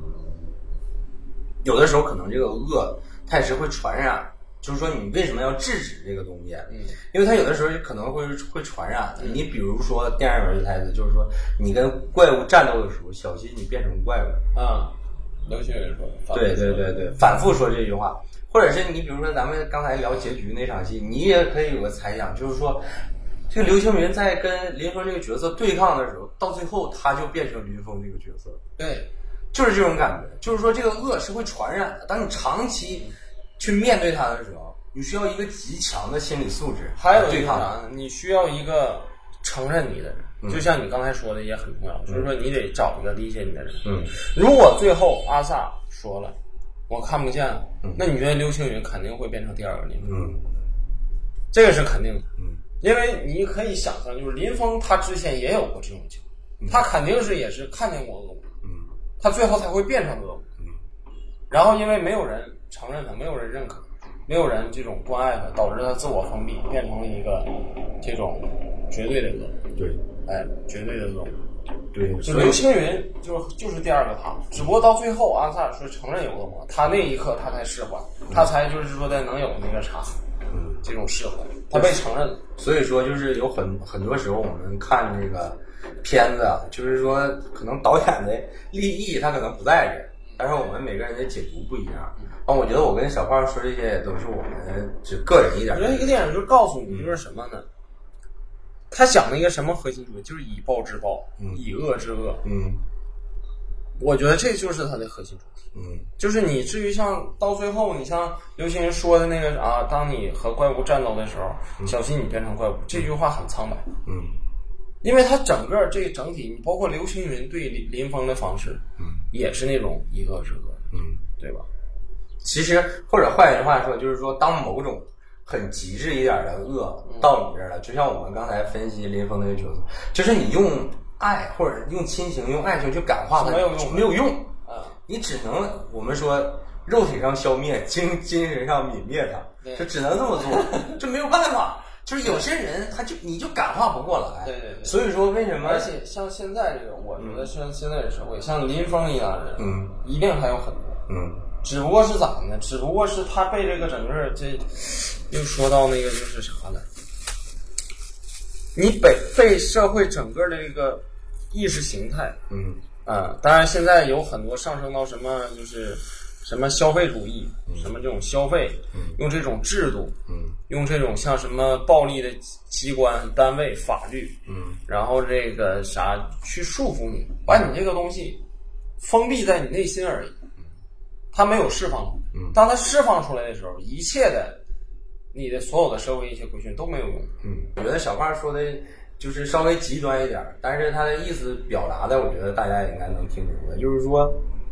有的时候可能这个恶它也是会传染。就是说，你为什么要制止这个东西？嗯，因为它有的时候可能会会传染的。你比如说电影里面的台词，就是说，你跟怪物战斗的时候，小心你变成怪物。 啊，刘青云说， 对对对对，反复说这句话，或者是你比如说咱们刚才聊结局那场戏，你也可以有个猜想，就是说，这个刘青云在跟林峰这个角色对抗的时候，到最后他就变成林峰这个角色。 对， 就是这种感觉，就是说这个恶是会传染的。当你长期去面对它的时候，你需要一个极强的心理素质。 还有一个啥？你需要一个承认你的人，嗯、就像你刚才说的也很重要，嗯、就是说你得找一个理解你的人。嗯，如果最后阿萨说了我看不见了，嗯、那你觉得刘青云肯定会变成第二个林峰？嗯，这个是肯定的。嗯，因为你可以想象，就是林峰他之前也有过这种情况，嗯、他肯定是也是看见过恶魔，嗯，他最后才会变成恶魔。嗯，然后因为没有人承认他，没有人认可，没有人这种关爱他，导致他自我封闭，变成了一个这种绝对的恶。 对， 哎，绝对的恶。 对， 就刘青云就就是第二个他，只不过到最后阿萨说承认有恶魔，他那一刻他才释怀，嗯、他才就是说的能有那个啥，嗯，这种释怀，他被承认了。 所以说，就是有很很多时候我们看这个片子，就是说可能导演的立意他可能不在这。但是我们每个人的解读不一样，啊，我觉得我跟小胖说这些也都是我们只个人一点。 我觉得一个电影就是告诉你就是什么呢？嗯、他讲了一个什么核心主义，就是以暴制暴，嗯、以恶制恶。嗯，我觉得这就是他的核心主题。嗯，就是你至于像到最后，你像刘青云说的那个啊，当你和怪物战斗的时候，嗯、小心你变成怪物，这句话很苍白。嗯。因为他整个这整体，你包括刘青云对林林峰的方式，嗯，也是那种以恶制恶，嗯，对吧？ 其实或者换一句话说，就是说，当某种很极致一点的恶到你这儿了，就像我们刚才分析林峰那个角色，就是你用爱或者用亲情、用爱情去感化它， 没有用， 没有用啊！你只能我们说肉体上消灭，精精神上泯灭它，就只能这么做，这没有办法。就是有些人他就你就感化不过来， 对对对。 所以说为什么？ 而且像现在这个，我觉得像现在的社会，嗯、像林峰一样的人，嗯，一定还有很多，嗯，只不过是咋的呢？只不过是他被这个整个这又说到那个就是啥了？你被被社会整个的这个意识形态，嗯啊，当然现在有很多上升到什么就是。什么消费主义，嗯、什么这种消费，嗯、用这种制度，嗯、用这种像什么暴力的机关、单位、法律，嗯、然后这个啥去束缚你，把你这个东西封闭在你内心而已，它没有释放出来。嗯、当它释放出来的时候，一切的你的所有的社会一些规训都没有用。 嗯，我觉得小胖说的就是稍微极端一点，但是他的意思表达的，我觉得大家也应该能听明白，就是说。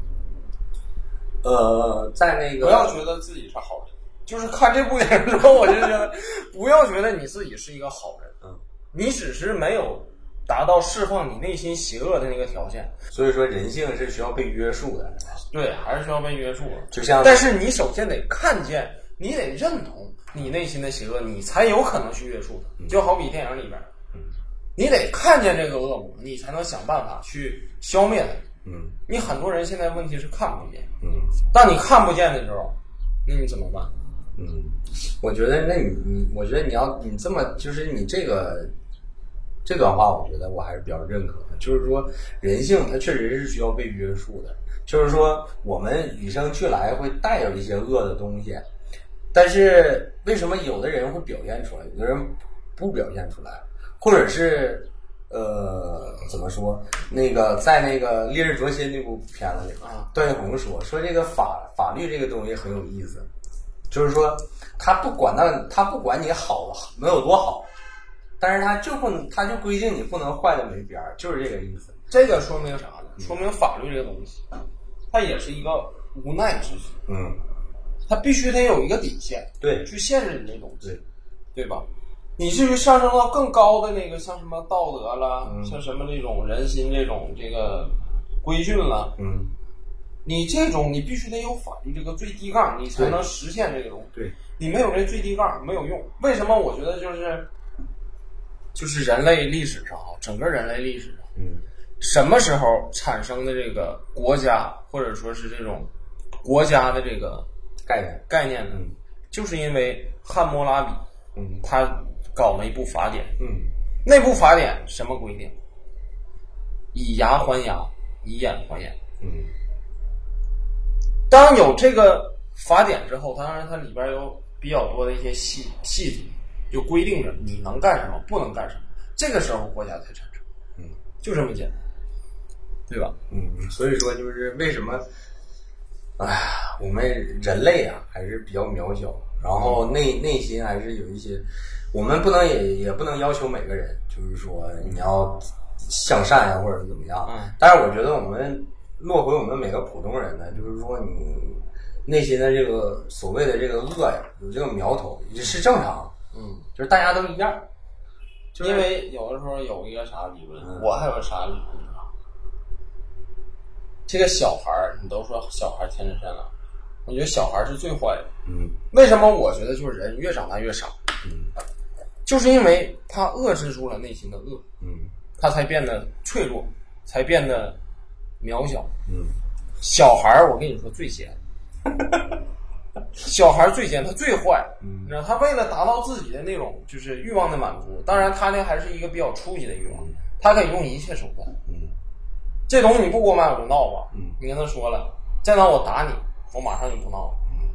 呃，在那个不要觉得自己是好人，就是看这部电影之后，我就觉得不要觉得你自己是一个好人，嗯，你只是没有达到释放你内心邪恶的那个条件。 所以说，人性是需要被约束的， 对，还是需要被约束的。 就像， 但是你首先得看见，你得认同你内心的邪恶，你才有可能去约束它。就好比电影里边，嗯，你得看见这个恶魔，你才能想办法去消灭它。嗯，你很多人现在问题是看不见，嗯，当你看不见的时候，那你怎么办？ 嗯，我觉得那你你，我觉得你要你这么就是你这个这段话，我觉得我还是比较认可的。就是说，人性它确实是需要被约束的。就是说，我们与生俱来会带有一些恶的东西，但是为什么有的人会表现出来，有的人不表现出来，或者是？呃，怎么说？那个在那个《烈日灼心》那部片子里，啊，段奕宏说说这个法法律这个东西很有意思，就是说他不管那他不管你好能有多好，但是他就不能他就规定你不能坏的没边儿，就是这个意思。 这个说明啥呢？说明法律这个东西，它也是一个无奈之举。嗯，它必须得有一个底线， 对， 去限制你这东西， 对， 对吧？你至于上升到更高的那个，像什么道德了，嗯、像什么这种人心这种这个规训了，嗯，你这种你必须得有法律这个最低杠，你才能实现这种。 对， 你没有这最低杠没有用。为什么？我觉得就是就是人类历史上啊，整个人类历史上， 嗯， 什么时候产生的这个国家或者说是这种国家的这个概念概念呢？ 嗯， 就是因为汉谟拉比， 嗯， 他搞了一部法典， 嗯， 那部法典什么规定？以牙还牙，以眼还眼。 嗯， 当有这个法典之后，当然它里边有比较多的一些细细节，就规定着你能干什么，不能干什么。这个时候国家才产生， 嗯， 就这么简单，对吧？ 嗯，所以说就是为什么，哎呀，我们人类啊还是比较渺小，然后内内心还是有一些，我们不能也也不能要求每个人，就是说你要向善呀、啊、或者怎么样。 嗯， 但是我觉得我们落回我们每个普通人呢，就是说你内心的这个所谓的这个恶呀，有这个苗头也是正常。 嗯， 就是大家都一样。 就是、因为有的时候有一个啥理论，嗯、我还有个啥理论啊？这个小孩儿，你都说小孩天真善良，我觉得小孩是最坏的。 嗯， 为什么？我觉得就是人越长大越傻。 嗯， 就是因为他遏制住了内心的恶。 嗯， 他才变得脆弱，才变得渺小。 嗯， 小孩儿，我跟你说最闲。小孩最贱，他最坏。 嗯， 那他为了达到自己的那种就是欲望的满足，当然他那还是一个比较初级的欲望，他可以用一切手段。 嗯， 这东西你不给我买我就闹吧。 嗯， 你跟他说了，再闹我打你，我马上就不闹了。 嗯，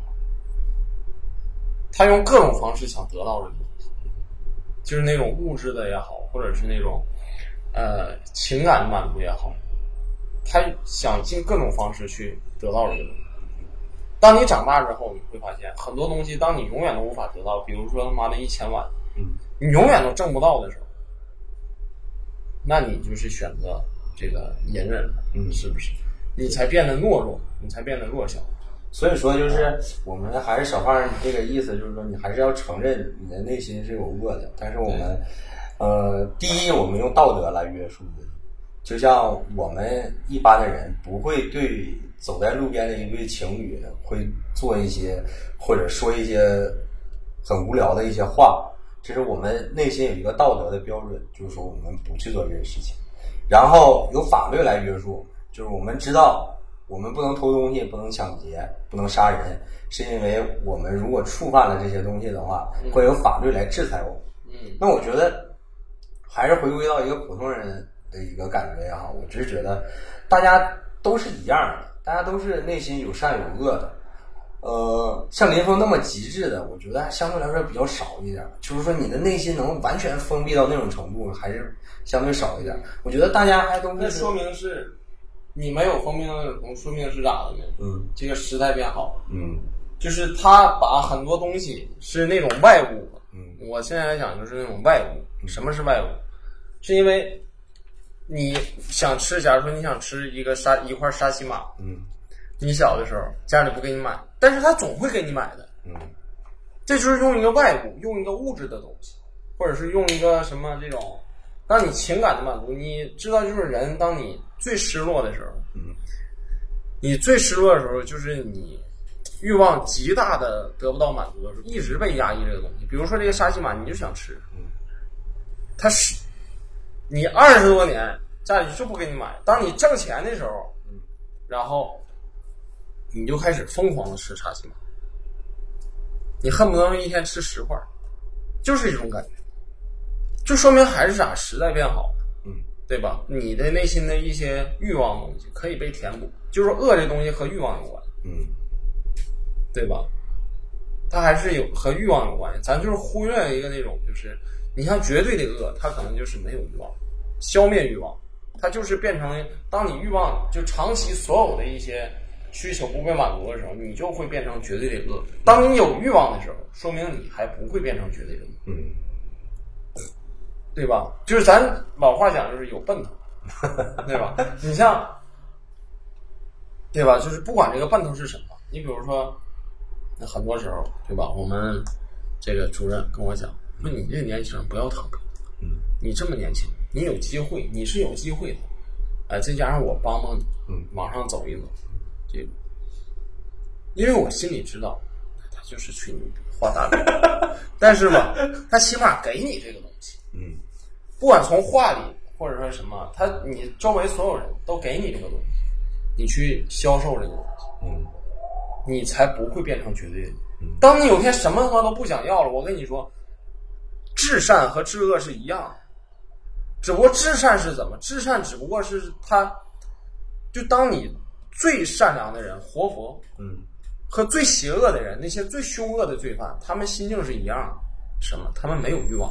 他用各种方式想得到这个东西，就是那种物质的也好，或者是那种呃情感的满足也好，他想尽各种方式去得到这个东西。当你长大之后，你会发现很多东西，当你永远都无法得到，比如说他妈的一千万， 嗯， 你永远都挣不到的时候，那你就是选择这个隐忍， 嗯， 是不是？你才变得懦弱，你才变得弱小。 所以说，就是我们还是小胖这个意思，就是说你还是要承认你的内心是有恶的，但是我们，呃，第一，我们用道德来约束自己，就像我们一般的人不会对走在路边的一对情侣会做一些或者说一些很无聊的一些话，这是我们内心有一个道德的标准，就是说我们不去做这些事情。然后有法律来约束，就是我们知道我们不能偷东西，不能抢劫，不能杀人，是因为我们如果触犯了这些东西的话，会有法律来制裁我们。 嗯， 那我觉得还是回归到一个普通人的一个感觉也好，我只是觉得大家都是一样的。大家都是内心有善有恶的，呃，像林峰那么极致的，我觉得相对来说比较少一点。就是说，你的内心能完全封闭到那种程度，还是相对少一点。我觉得大家还都是。 那说明是你没有封闭到那种，说明是咋的呢？ 嗯， 这个时代变好了。 嗯， 就是他把很多东西是那种外物。 嗯， 我现在来讲就是那种外物。什么是外物？是因为你想吃，假如说你想吃一个沙一块沙琪玛， 嗯， 你小的时候家里不给你买，但是他总会给你买的， 嗯， 这就是用一个外物，用一个物质的东西，或者是用一个什么这种，让你情感的满足。你知道，就是人当你最失落的时候， 嗯， 你最失落的时候，就是你欲望极大的得不到满足的时候，一直被压抑这个东西。比如说这个沙琪玛，你就想吃， 嗯， 它是。你二十多年家里就不给你买，当你挣钱的时候， 嗯， 然后你就开始疯狂的吃沙琪玛，你恨不得一天吃十块，就是这种感觉，就说明还是啥时代变好， 嗯， 对吧？你的内心的一些欲望的东西可以被填补，就是恶这东西和欲望有关， 嗯， 对吧？它还是有和欲望有关系，咱就是忽略了一个那种就是。你像绝对的恶，它可能就是没有欲望，消灭欲望，它就是变成当你欲望就长期所有的一些需求不被满足的时候，你就会变成绝对的恶。当你有欲望的时候，说明你还不会变成绝对的恶， 嗯， 对吧？就是咱老话讲，就是有奔头，对吧？你像，对吧？就是不管这个奔头是什么，你比如说，那很多时候，对吧？我们这个主任跟我讲。说你这年轻人不要躺平， 嗯， 你这么年轻，你有机会，你是有机会的，哎，再加上我帮帮你， 嗯， 往上走一走，这个，因为我心里知道，他就是吹牛逼， 花大力，但是吧，他起码给你这个东西， 嗯， 不管从话里或者说什么，他你周围所有人都给你这个东西，你去销售这个东西， 嗯， 你才不会变成绝对的。当你有天什么他妈都不想要了，我跟你说，至善和至恶是一样的，只不过至善是怎么？至善只不过是他，就当你最善良的人活佛， 嗯， 和最邪恶的人，那些最凶恶的罪犯，他们心境是一样的，什么？他们没有欲望，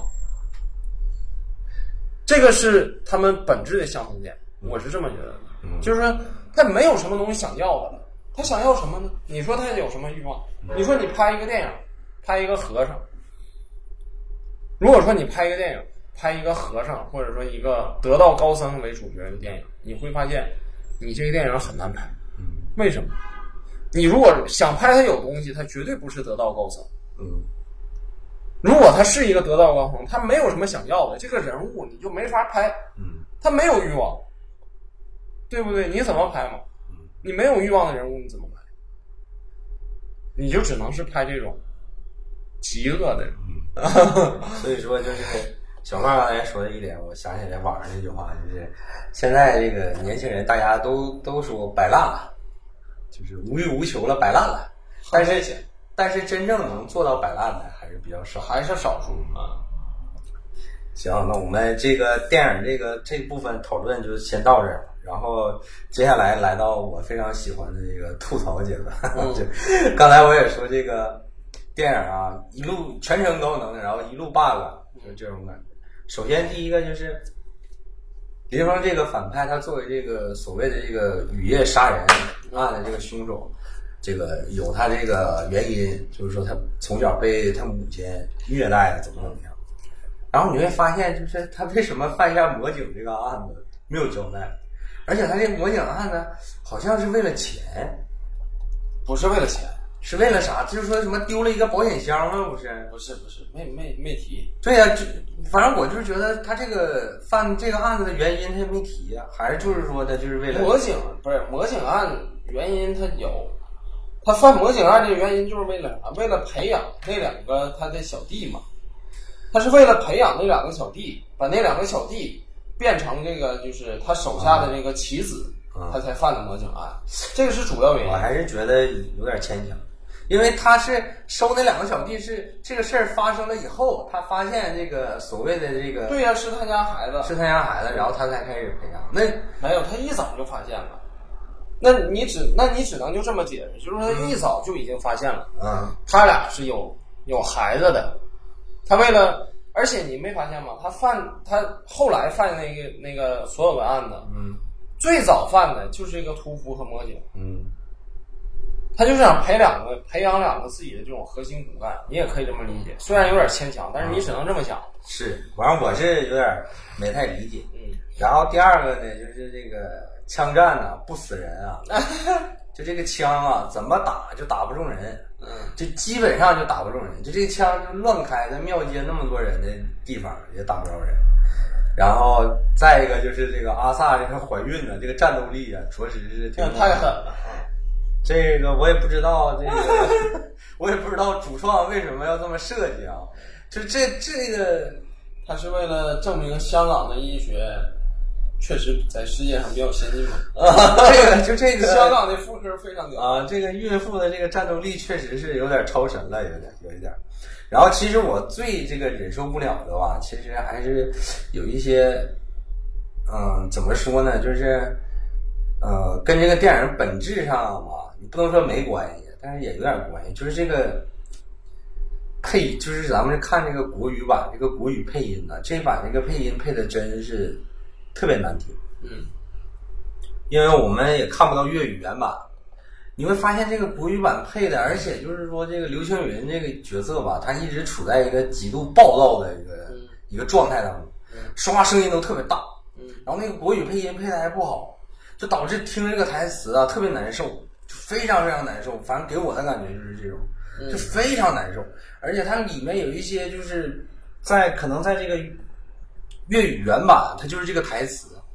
这个是他们本质的相同点，我是这么觉得的。 嗯， 就是说他没有什么东西想要的了，他想要什么呢？你说他有什么欲望？你说你拍一个电影，拍一个和尚，如果说你拍一个电影，拍一个和尚，或者说一个得道高僧为主角的电影，你会发现你这个电影很难拍。为什么？你如果想拍他有东西，他绝对不是得道高僧。 嗯， 如果他是一个得道高僧，他没有什么想要的，这个人物你就没法拍。 嗯， 他没有欲望，对不对？你怎么拍嘛？你没有欲望的人物你怎么拍？你就只能是拍这种极恶的人。 嗯、所以说就是小胖刚才说的一点，我想起来网上那句话，就是现在这个年轻人大家都都说摆烂了，就是无欲无求了，摆烂了。但是但是真正能做到摆烂的还是比较少， 还是少数啊。 行，那我们这个电影这个这部分讨论就先到这儿。然后接下来来到我非常喜欢的这个吐槽阶段。嗯、就刚才我也说这个电影啊，一路全程高能，然后一路 bug， 就这种感觉。首先第一个就是林峰这个反派，他作为这个所谓的这个雨夜杀人案的这个凶手，这个有他这个原因，就是说他从小被他母亲虐待，怎么怎么样。然后你会发现，就是他为什么犯下魔警这个案子没有交代。而且他这魔警案呢，好像是为了钱， 不是为了钱， 是为了啥？就是说什么丢了一个保险箱吗？不是， 不是，不是，没没没提。 对呀、啊，就反正我就是觉得他这个犯这个案子的原因他也没提呀、啊，还是就是说他就是为了魔警不是魔警案原因他有，他犯魔警案这个原因就是为了啥？为了培养那两个他的小弟嘛，他是为了培养那两个小弟，把那两个小弟变成这个就是他手下的这个棋子，嗯、他才犯的魔警案，这个是主要原因。 我还是觉得有点牵强，因为他是收那两个小弟是这个事儿发生了以后，他发现这个所谓的这个对呀、啊，是他家孩子， 是他家孩子，然后他才开始培养。那没有，他一早就发现了。那你只那你只能就这么解释，就是说他一早就已经发现了， 嗯， 他俩是有有孩子的，他为了。而且你没发现吗？他犯他后来犯那个那个所有的案子， 嗯， 最早犯的就是这个屠夫和魔警， 嗯， 他就是想培两个培养两个自己的这种核心骨干，你也可以这么理解，虽然有点牵强，但是你只能这么想。 嗯、是，反正我是有点没太理解。嗯，然后第二个呢，就是这个枪战呢、啊、不死人啊，就这个枪啊怎么打就打不中人。嗯，就基本上就打不中人，就这个枪就乱开，在庙街那么多人的地方也打不着人。然后再一个就是这个阿萨这个怀孕呢，这个战斗力啊，着实是挺太狠了。 这个我也不知道，这个我也不知道主创为什么要这么设计啊？就这这个， 他是为了证明香港的医学确实在世界上比较先进嘛。 啊，这个就这个香港的妇科非常屌啊，这个孕妇的这个战斗力确实是有点超神了，有点有一点。然后其实我最这个忍受不了的吧，其实还是有一些，嗯，怎么说呢，就是呃，跟这个电影本质上吧，你不能说没关系，但是也有点关系，就是这个配，就是咱们看这个国语版这个国语配音呢，这版这个配音配的真是特别难听。 嗯， 因为我们也看不到粤语原版，你会发现这个国语版配的，而且就是说这个刘青云这个角色吧，他一直处在一个极度暴躁的一个、嗯、一个状态当中，说话声音都特别大，嗯，然后那个国语配音配的还不好，就导致听这个台词啊特别难受，就非常非常难受。反正给我的感觉就是这种，就非常难受。而且它里面有一些就是在可能在这个粤语原版，它就是这个台词。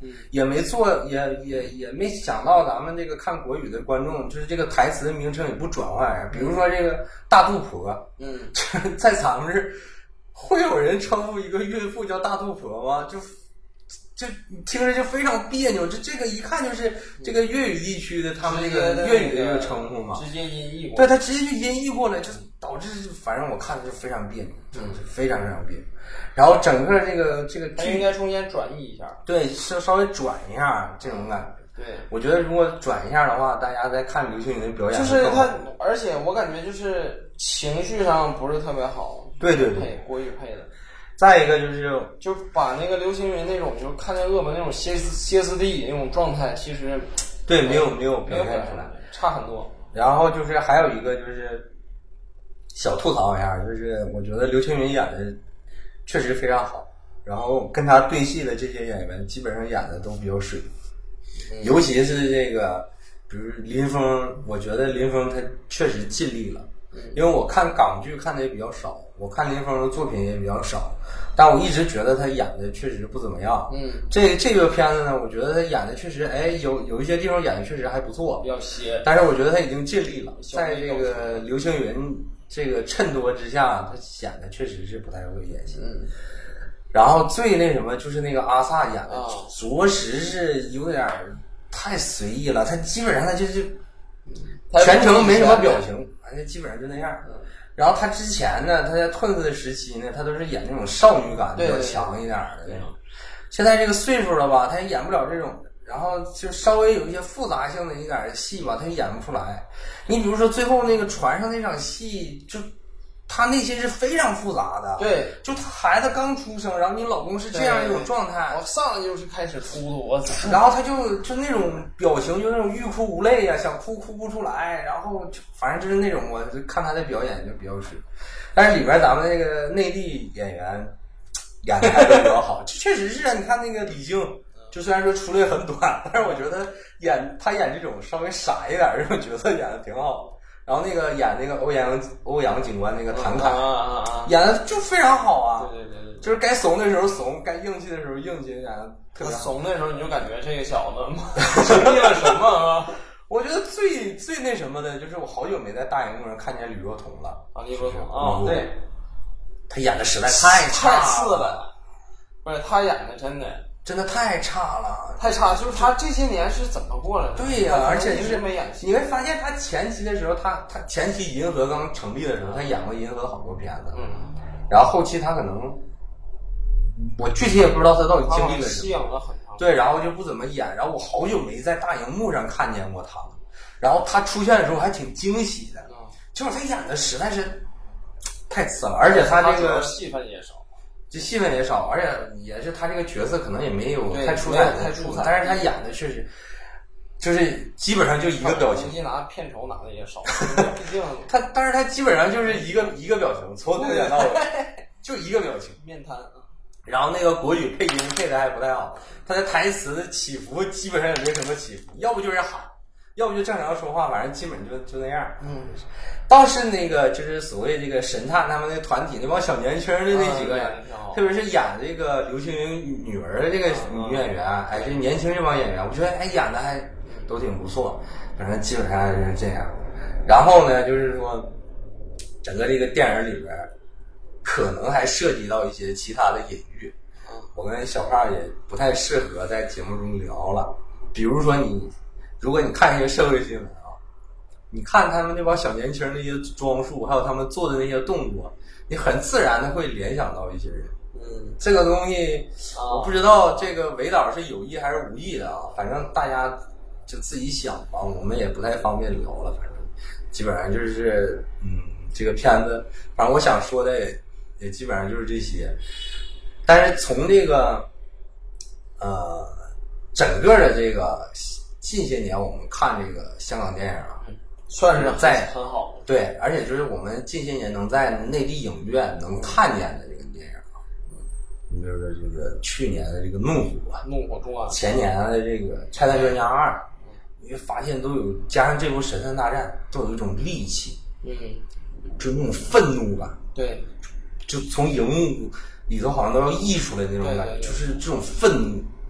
也没做，也也也没想到咱们这个看国语的观众，就是这个台词的名称也不转换。比如说这个大肚婆， 嗯， 在咱们这儿会有人称呼一个孕妇叫大肚婆吗？就就听着就非常别扭。这这个一看就是这个粤语地区的他们这个粤语的这个称呼嘛， 直接音译过， 对，他直接就音译过来，就导致反正我看着就非常别扭，真的是非常非常别扭。然后整个这个这个他应该中间转译一下， 对，稍稍微转一下这种感觉。对， 我觉得如果转一下的话，大家在看刘青云的表演， 就是他，而且我感觉就是情绪上不是特别好。 对对对， 配国语配的。 再一个就是就把那个刘青云那种就是看见恶魔那种歇斯歇斯底里那种状态，其实对没有没有表现出来， 差很多。 然后就是还有一个就是小吐槽一下，就是我觉得刘青云演的确实非常好，然后跟他对戏的这些演员基本上演的都比较水，嗯、尤其是这个比如林峰，我觉得林峰他确实尽力了。因为我看港剧看的也比较少，我看林峰的作品也比较少，但我一直觉得他演的确实不怎么样。 嗯， 这这个片子呢，我觉得他演的确实，哎，有有一些地方演的确实还不错， 比较邪。 但是我觉得他已经尽力了，在这个刘青云这个衬托之下，他显得确实是不太会演戏。 嗯， 然后最那什么就是那个阿萨演的，着实是有点太随意了，他基本上他就是全程没什么表情。那基本上就那样，然后他之前呢，他在Twins的时期呢，他都是演那种少女感比较强一点的那种。现在这个岁数了吧，他也演不了这种，然后就稍微有一些复杂性的一点的戏吧，他也演不出来。你比如说最后那个船上那场戏，就他内心是非常复杂的。 对， 就他孩子刚出生，然后你老公是这样一种状态， 我上来就是开始突突，我操！ 然后他就就那种表情，就那种欲哭无泪呀、啊，想哭哭不出来，然后就反正就是那种，我就看他的表演就比较水。但是里边咱们那个内地演员演的还是比较好，这确实是啊。你看那个李菁，就虽然说出来很短，但是我觉得演他演这种稍微傻一点这种角色演的挺好的。然后那个演那个欧阳欧阳警官那个谭凯、 啊啊啊、 演的就非常好啊， 对对对对， 就是该怂的时候怂，该硬气的时候硬气，演的特别好。 怂的时候你就感觉这个小子经历了什么啊？ 我觉得最最那什么的就是我好久没在大荧幕上看见吕若彤了啊，李若彤啊，对， 他演的实在太差太次了，不是他演的真的。 真的太差了， 太差！就是他这些年是怎么过来的？ 对呀、啊，而且就是没演戏。 你会发现他前期的时候，他他前期银河刚成立的时候，他演过银河好多片子， 嗯， 然后后期他可能，我具体也不知道他到底经历了什么， 吸引了很长。 对，然后就不怎么演，然后我好久没在大荧幕上看见过他了，然后他出现的时候还挺惊喜的， 嗯， 结果他演的实在是太次了，而且他这个戏份也少。 这戏份也少，而且也是他这个角色可能也没有太出彩太出彩， 但是他演的确实就是基本上就一个表情， 拿片酬拿的也少，毕竟他，但是他基本上就是一个一个表情，从头演到尾就一个表情， 面瘫。 然后那个国语配音配的还不太好，他的台词的起伏基本上也没什么起伏，要不就是喊，要不就正常说话，反正基本就就那样。 嗯。 倒是那个就是所谓这个神探他们那团体那帮小年轻的那几个人， 啊、 特别是演这个刘青云女儿的这个女演员， 啊、 还是年轻这帮演员，我觉得哎演的还都挺不错，反正基本上就是这样。然后呢，就是说整个这个电影里边可能还涉及到一些其他的隐喻，我跟小胖也不太适合在节目中聊了。比如说你，如果你看一些社会新闻。你看他们那帮小年轻那些装束，还有他们做的那些动作，你很自然的会联想到一些人。 嗯， 这个东西我不知道这个韦导是有意还是无意的啊，反正大家就自己想吧，我们也不太方便聊了。反正基本上就是嗯，这个片子，反正我想说的也也基本上就是这些。但是从这个呃整个的这个近些年，我们看这个香港电影啊。 算是在很好， 对，而且就是我们近些年能在内地影院能看见的这个电影啊，你比如说这个去年的这个《怒火》， 怒火中啊， 前年的这个《拆弹专家二》，你会发现都有加上这部《神探大战》，都有一种戾气， 嗯， 就那种愤怒感， 对， 就从荧幕里头好像都要溢出来那种感觉，就是这种愤怒， 嗯，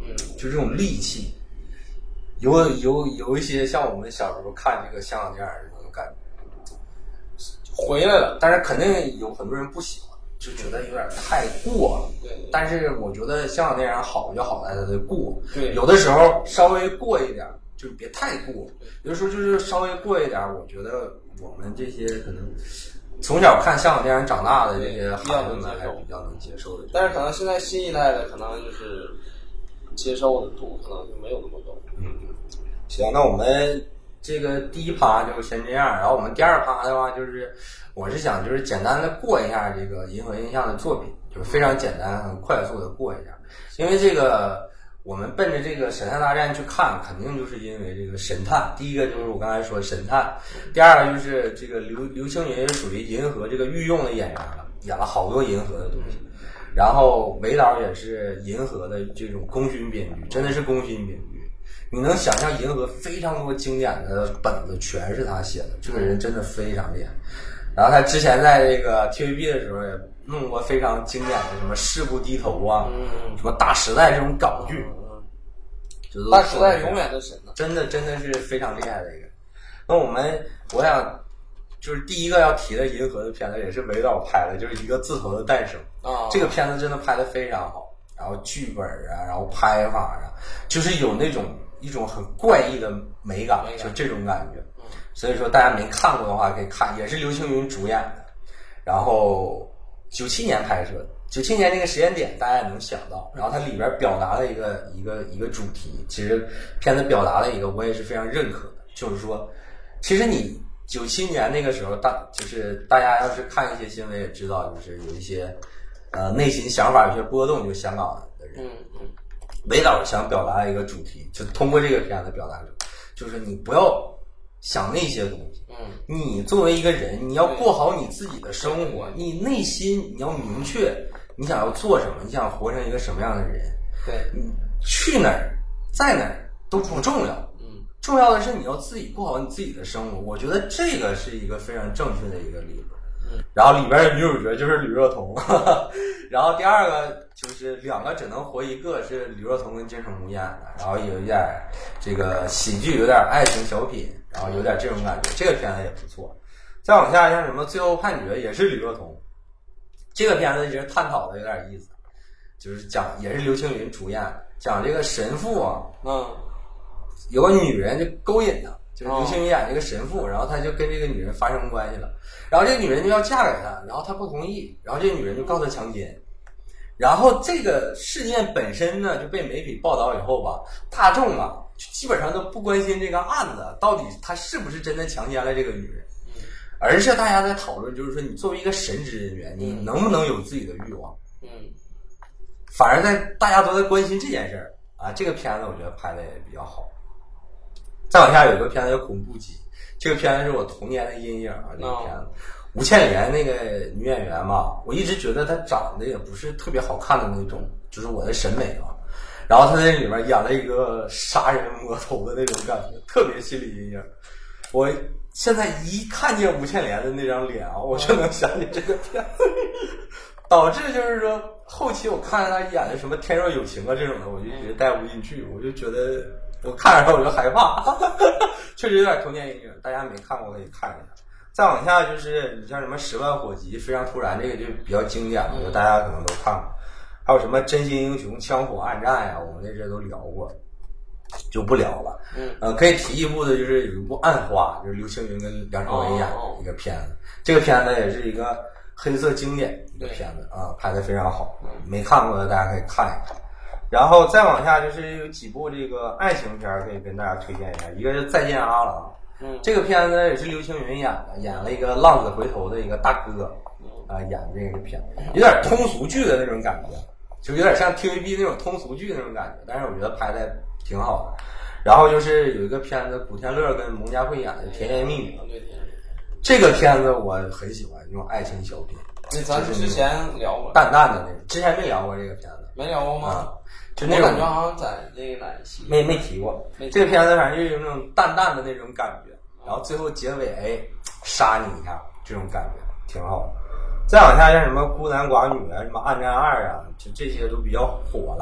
就这种戾气，有有有一些像我们小时候看这个香港电影那种感觉回来了， 但是肯定有很多人不喜欢，就觉得有点太过了。 对， 但是我觉得香港电影好就好在它的过， 对， 有的时候稍微过一点，就别太过，有的时候就是稍微过一点，我觉得我们这些可能从小看香港电影长大的这些孩子们还比较能接受的， 但是可能现在新一代的可能就是接受的度可能就没有那么高。 嗯，行，那我们这个第一趴就先这样，然后我们第二趴的话就是，我是想就是简单的过一下这个银河映像的作品，就是非常简单很快速的过一下，因为这个我们奔着这个神探大战去看，肯定就是因为这个神探。第一个就是我刚才说的神探，第二个就是这个刘刘青云属于银河这个御用的演员了，演了好多银河的东西。然后韦导也是银河的这种功勋编剧，真的是功勋编剧。你能想象银河非常多经典的本子全是他写的，这个人真的非常厉害。然后他之前在这个 T V B 的时候也弄过非常经典的什么誓不低头啊， 嗯， 什么大时代这种港剧， 嗯，大时代永远的神呢， 真的真的是非常厉害的一个。那我们我想就是第一个要提的银河的片子也是韦导拍的，就是一个字头的诞生啊， 这个片子真的拍得非常好，然后剧本啊，然后拍法啊，就是有那种一种很怪异的美感，就这种感觉。所以说大家没看过的话可以看，也是刘青云主演的，然后九七年拍摄的，九七年那个时间点大家也能想到，然后它里边表达了一个一个一个主题，其实片子表达了一个我也是非常认可的，就是说其实你九七年那个时候大就是大家要是看一些新闻也知道，就是有一些呃内心想法有些波动，就香港的人， 嗯嗯， 韦导想表达一个主题，就通过这个片子表达出，就是你不要想那些东西， 嗯， 你作为一个人，你要过好你自己的生活，你内心你要明确你想要做什么，你想活成一个什么样的人， 对， 你去哪儿在哪儿都不重要， 嗯， 重要的是你要自己过好你自己的生活，我觉得这个是一个非常正确的一个理论。 嗯， 然后里边的女主角就是李若彤，呵呵，然后第二个就是两个只能活一个是李若彤跟金城武演的，然后有一点这个喜剧，有点爱情小品，然后有点这种感觉，这个片子也不错。再往下像什么最后判决也是李若彤，这个片子其实探讨的有点意思，就是讲也是刘青云主演的，讲这个神父啊， 嗯， 有个女人就勾引他，就是刘青云演这个神父，然后他就跟这个女人发生关系了，然后这个女人就要嫁给他，然后他不同意，然后这个女人就告他强奸，然后这个事件本身呢就被媒体报道以后吧，大众啊基本上都不关心这个案子到底他是不是真的强奸了这个女人，而是大家在讨论就是说你作为一个神职人员，你能不能有自己的欲望， 嗯， 反而在大家都在关心这件事儿啊，这个片子我觉得拍的也比较好。再往下有个片子叫《恐怖机》，这个片子是我童年的阴影啊。这个片子，吴倩莲那个女演员嘛，我一直觉得她长得也不是特别好看的那种，就是我的审美啊。然后她在里面演了一个杀人魔头的那种感觉，特别心理阴影。我现在一看见吴倩莲的那张脸啊，我就能想起这个片子，导致就是说后期我看她演的什么《天若有情》啊这种的，我就一直带不进去，我就觉得。我看着我就害怕，确实有点童年阴影。大家没看过可以看一下。再往下就是你像什么《十万火急》非常突然，这个就比较经典了，就大家可能都看过。还有什么《真心英雄》《枪火暗战》呀，我们那阵都聊过，就不聊了。 嗯， 呃，可以提一部的就是有一部《暗花》，就是刘青云跟梁朝伟演的一个片子。这个片子也是一个黑色经典一个片子啊，拍得非常好。没看过的大家可以看一看。然后再往下就是有几部这个爱情片可以跟大家推荐一下，一个是《再见阿郎》， 嗯， 这个片子也是刘青云演的，演了一个浪子回头的一个大哥，啊、呃，演的这个片子有点通俗剧的那种感觉，就有点像 T V B 那种通俗剧那种感觉，但是我觉得拍的挺好的。然后就是有一个片子，古天乐跟蒙嘉慧演的《甜言蜜语》，这个片子我很喜欢，这种爱情小品。 那咱之前聊过， 淡淡的那种，之前没聊过这个片子， 没聊过吗？ 啊就那种感觉好像在那个哪一期没没提过，这个片子反正就有那种淡淡的那种感觉，然后最后结尾哎杀你一下，这种感觉挺好的。再往下像什么孤男寡女啊，什么暗战二啊，就这些都比较火了，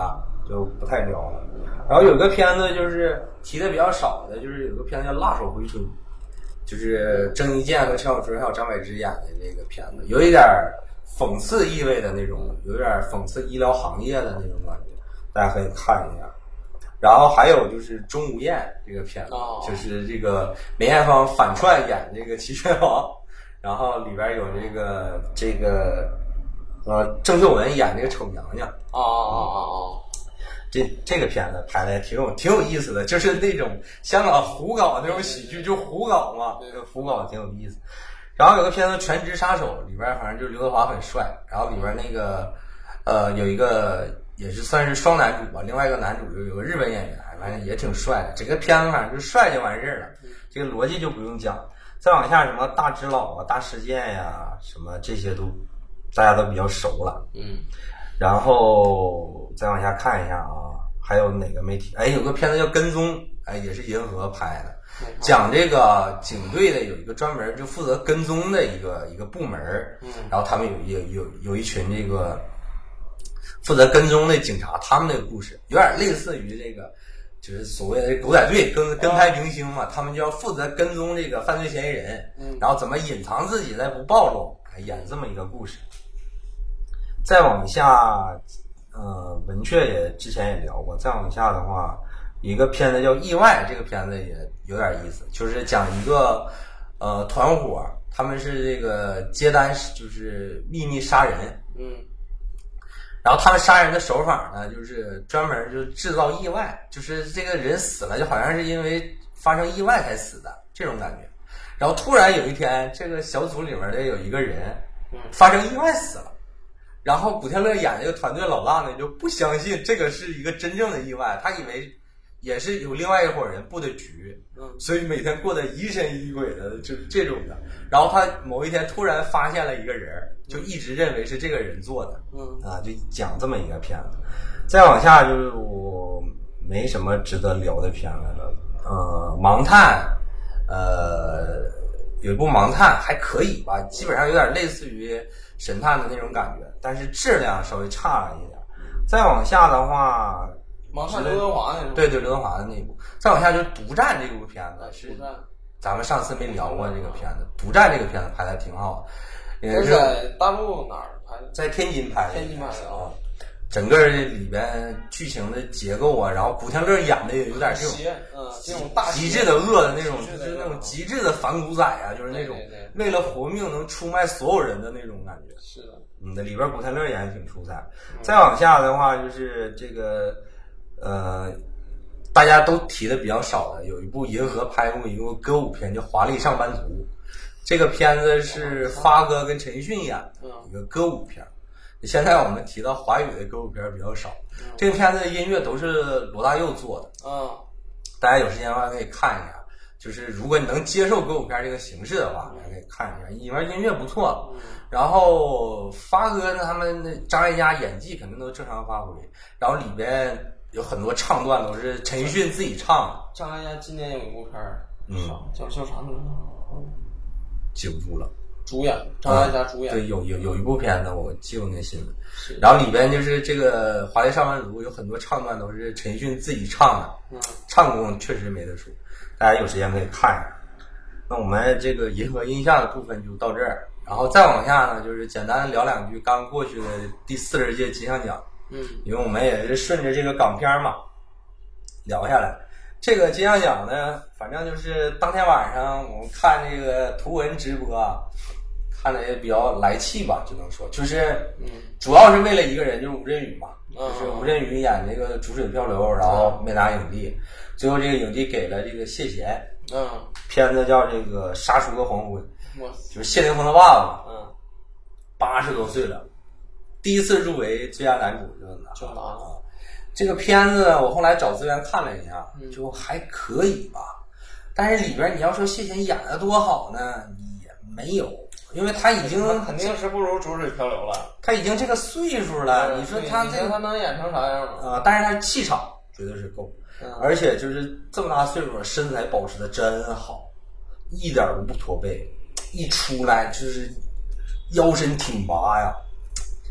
就不太聊了。然后有个片子就是提的比较少的，就是有个片子叫《辣手回春》，就是郑伊健和陈小春还有张柏芝演的这个片子，有一点讽刺意味的那种，有点讽刺医疗行业的那种感觉，大家可以看一下。然后还有就是《钟无艳》这个片子，哦、就是这个梅艳芳反串演这个齐宣王，然后里边有这个这个呃郑秀文演这个丑娘娘。 哦哦哦哦。 这这个片子拍的挺有挺有意思的，就是那种香港胡搞那种喜剧，就胡搞嘛，这个胡搞挺有意思。然后有个片子《全职杀手》，里边反正就是刘德华很帅，然后里边那个呃有一个也是算是双男主吧，另外一个男主有有个日本演员，反正也挺帅的。整个片子反正就帅就完事儿了，这个逻辑就不用讲。再往下什么大智老啊、大事件呀、什么这些都大家都比较熟了。 嗯。 然后再往下看一下啊，还有哪个媒体？哎，有个片子叫《跟踪》，哎，也是银河拍的，讲这个警队的有一个专门就负责跟踪的一个一个部门，然后他们有有有有一群这个负责跟踪的警察，他们那个故事有点类似于这个，就是所谓的狗仔队跟跟拍明星嘛，他们就要负责跟踪这个犯罪嫌疑人，然后怎么隐藏自己再不暴露，演这么一个故事。再往下，呃，文雀也之前也聊过。再往下的话，有一个片子叫《意外》，这个片子也有点意思，就是讲一个呃团伙，他们是这个接单，就是秘密杀人， 嗯， 然后他们杀人的手法呢，就是专门就制造意外，就是这个人死了，就好像是因为发生意外才死的这种感觉。然后突然有一天，这个小组里面的有一个人发生意外死了。然后古天乐演这个团队老大呢，就不相信这个是一个真正的意外，他以为也是有另外一伙人布的局， 嗯， 所以每天过得疑神疑鬼的，就是这种的。然后他某一天突然发现了一个人，就一直认为是这个人做的， 嗯啊，就讲这么一个片子。再往下就是我没什么值得聊的片子了，呃，盲探，呃，有一部盲探还可以吧，基本上有点类似于神探的那种感觉，但是质量稍微差了一点。再往下的话， 盲探刘德华那部， 对对，刘德华的那部。再往下就是《独占》这部片子，是咱们上次没聊过这个片子，《独占》这个片子拍的挺好的，也是在大陆哪儿拍的？ 在天津拍的， 天津拍的啊。 整个里边剧情的结构啊，然后古天乐演的也有点这种， 嗯，这种大极致的恶的那种，就是那种极致的反骨仔啊，就是那种为了活命能出卖所有人的那种感觉。 是的， 嗯，里边古天乐演的挺出彩。再往下的话，就是这个呃，大家都提的比较少的，有一部银河拍过一部歌舞片叫《华丽上班族》，这个片子是发哥跟陈奕迅演的一个歌舞片。现在我们提到华语的歌舞片比较少，这个片子的音乐都是罗大佑做的。 嗯， 大家有时间的话可以看一下。就是如果你能接受歌舞片这个形式的话，大家可以看一下，里面音乐不错。然后发哥他们张艾嘉演技肯定都正常发挥，然后里边有很多唱段都是陈奕迅自己唱的。 张艾嘉今年有一部片儿， 嗯， 叫叫啥名字？ 记不住了。 主演张艾嘉主演、 嗯、对，有有有一部片子我记过那新闻，然后里边就是这个《华丽上班族》有很多唱段都是陈奕迅自己唱的， 嗯， 唱功确实没得说，大家有时间可以看一下。那我们这个银河音像的部分就到这儿，然后再往下呢，就是简单聊两句刚过去的第四十届金像奖， 嗯， 因为我们也是顺着这个港片嘛聊下来。这个金像奖呢，反正就是当天晚上我们看这个图文直播啊，看的也比较来气吧，只能说就是主要是为了一个人，就是吴镇宇嘛，就是吴镇宇演这个《逐水漂流》，然后没拿影帝，最后这个影帝给了这个谢贤， 嗯， 片子叫这个《杀出个黄昏》，就是谢霆锋的爸爸嘛， 嗯， 八十多岁了，第一次入围最佳男主就拿就拿了。 这个片子我后来找资源看了一下，就还可以吧，但是里边你要说谢贤演的多好呢，也没有。因为他已经肯定是不如逐水漂流了， 他已经这个岁数了，你说他这他能演成啥样啊、呃？但是他气场绝对是够， 嗯、 而且就是这么大岁数，身材保持的真好，一点都不驼背，一出来就是腰身挺拔呀。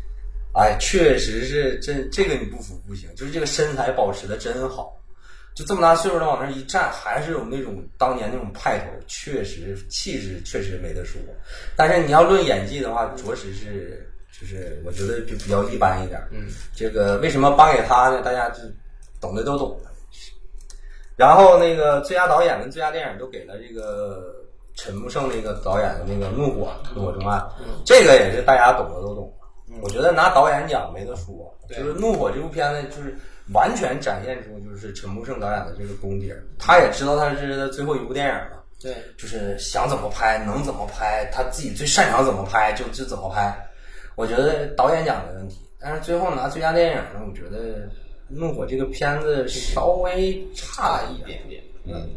哎，确实是真，这个你不服不行，就是这个身材保持的真好，就这么大岁数的往那一站，还是有那种当年那种派头，确实气质确实没得说。但是你要论演技的话，着实是就是我觉得就比较一般一点。 嗯， 这个为什么颁给他呢？大家就懂的都懂的。然后那个最佳导演跟最佳电影都给了这个陈木胜那个导演的那个《怒火》《怒火重案》，这个也是大家懂的都懂。我觉得拿导演奖没得说，就是《怒火》这部片子就是完全展现出就是陈木胜导演的这个功底，他也知道他是他最后一部电影了， 对， 就是想怎么拍能怎么拍，他自己最擅长怎么拍就就怎么拍。我觉得导演奖没问题，但是最后拿最佳电影呢，我觉得《怒火》这个片子稍微差一点点。嗯，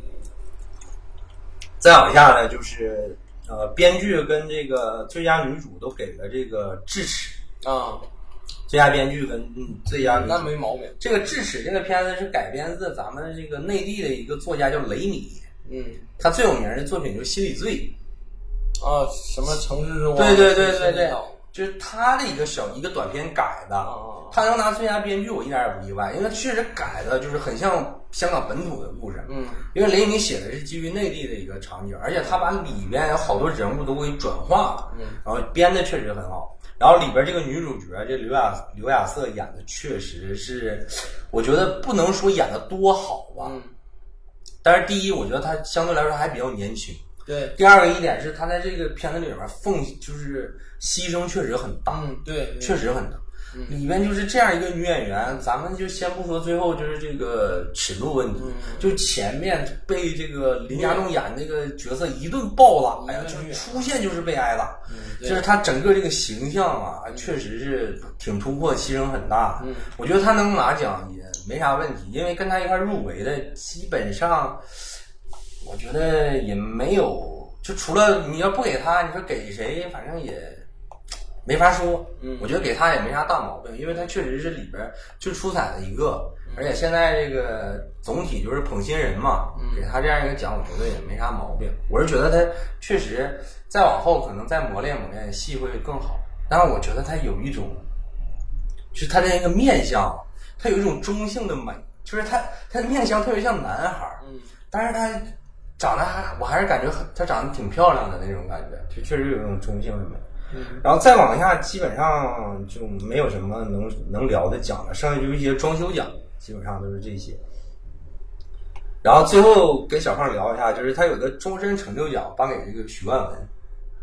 再往下呢，就是呃，编剧跟这个最佳女主都给了这个智齿啊， 最佳编剧跟最佳女主那没毛病。 这个智齿这个片子是改编自咱们这个内地的一个作家叫雷米， 嗯， 他最有名的作品就是《心理罪》 啊，什么城市之王， 对对对对对，就是他的一个小一个短片改的。 啊他能拿最佳编剧，我一点也不意外，因为他确实改的就是很像香港本土的故事。 嗯， 因为雷米写的是基于内地的一个场景，而且他把里边有好多人物都给转化了， 嗯， 然后编的确实很好。然后里边这个女主角这刘亚刘亚瑟演的确实是，我觉得不能说演的多好吧， 嗯， 但是第一，我觉得她相对来说还比较年轻。 对， 第二个一点是她在这个片子里面奉就是牺牲确实很大， 嗯，对，对确实很大。 嗯、 里面就是这样一个女演员，咱们就先不说最后就是这个尺度问题， 嗯、 就前面被这个林家栋演那个角色一顿暴打呀，就是出现就是被挨打， 嗯、 就是他整个这个形象啊，嗯、确实是挺突破，牺牲很大的。 嗯、 我觉得他能拿奖也没啥问题，因为跟他一块入围的基本上，我觉得也没有，就除了你要不给他，你说给谁，反正也。没法说， 嗯， 我觉得给他也没啥大毛病，因为他确实是里边最出彩的一个，而且现在这个总体就是捧新人嘛， 嗯， 给他这样一个奖，我觉得也没啥毛病。我是觉得他确实再往后可能再磨练磨练戏会更好，但是我觉得他有一种，就是他的那个面相，他有一种中性的美，就是他他的面相特别像男孩， 嗯， 但是他长得还我还是感觉很他长得挺漂亮的那种感觉，就确实有一种中性的美。然后再往下，基本上就没有什么能能聊的奖了，剩下就是一些装修奖，基本上都是这些。然后最后跟小胖聊一下，就是他有个终身成就奖颁给这个许冠文，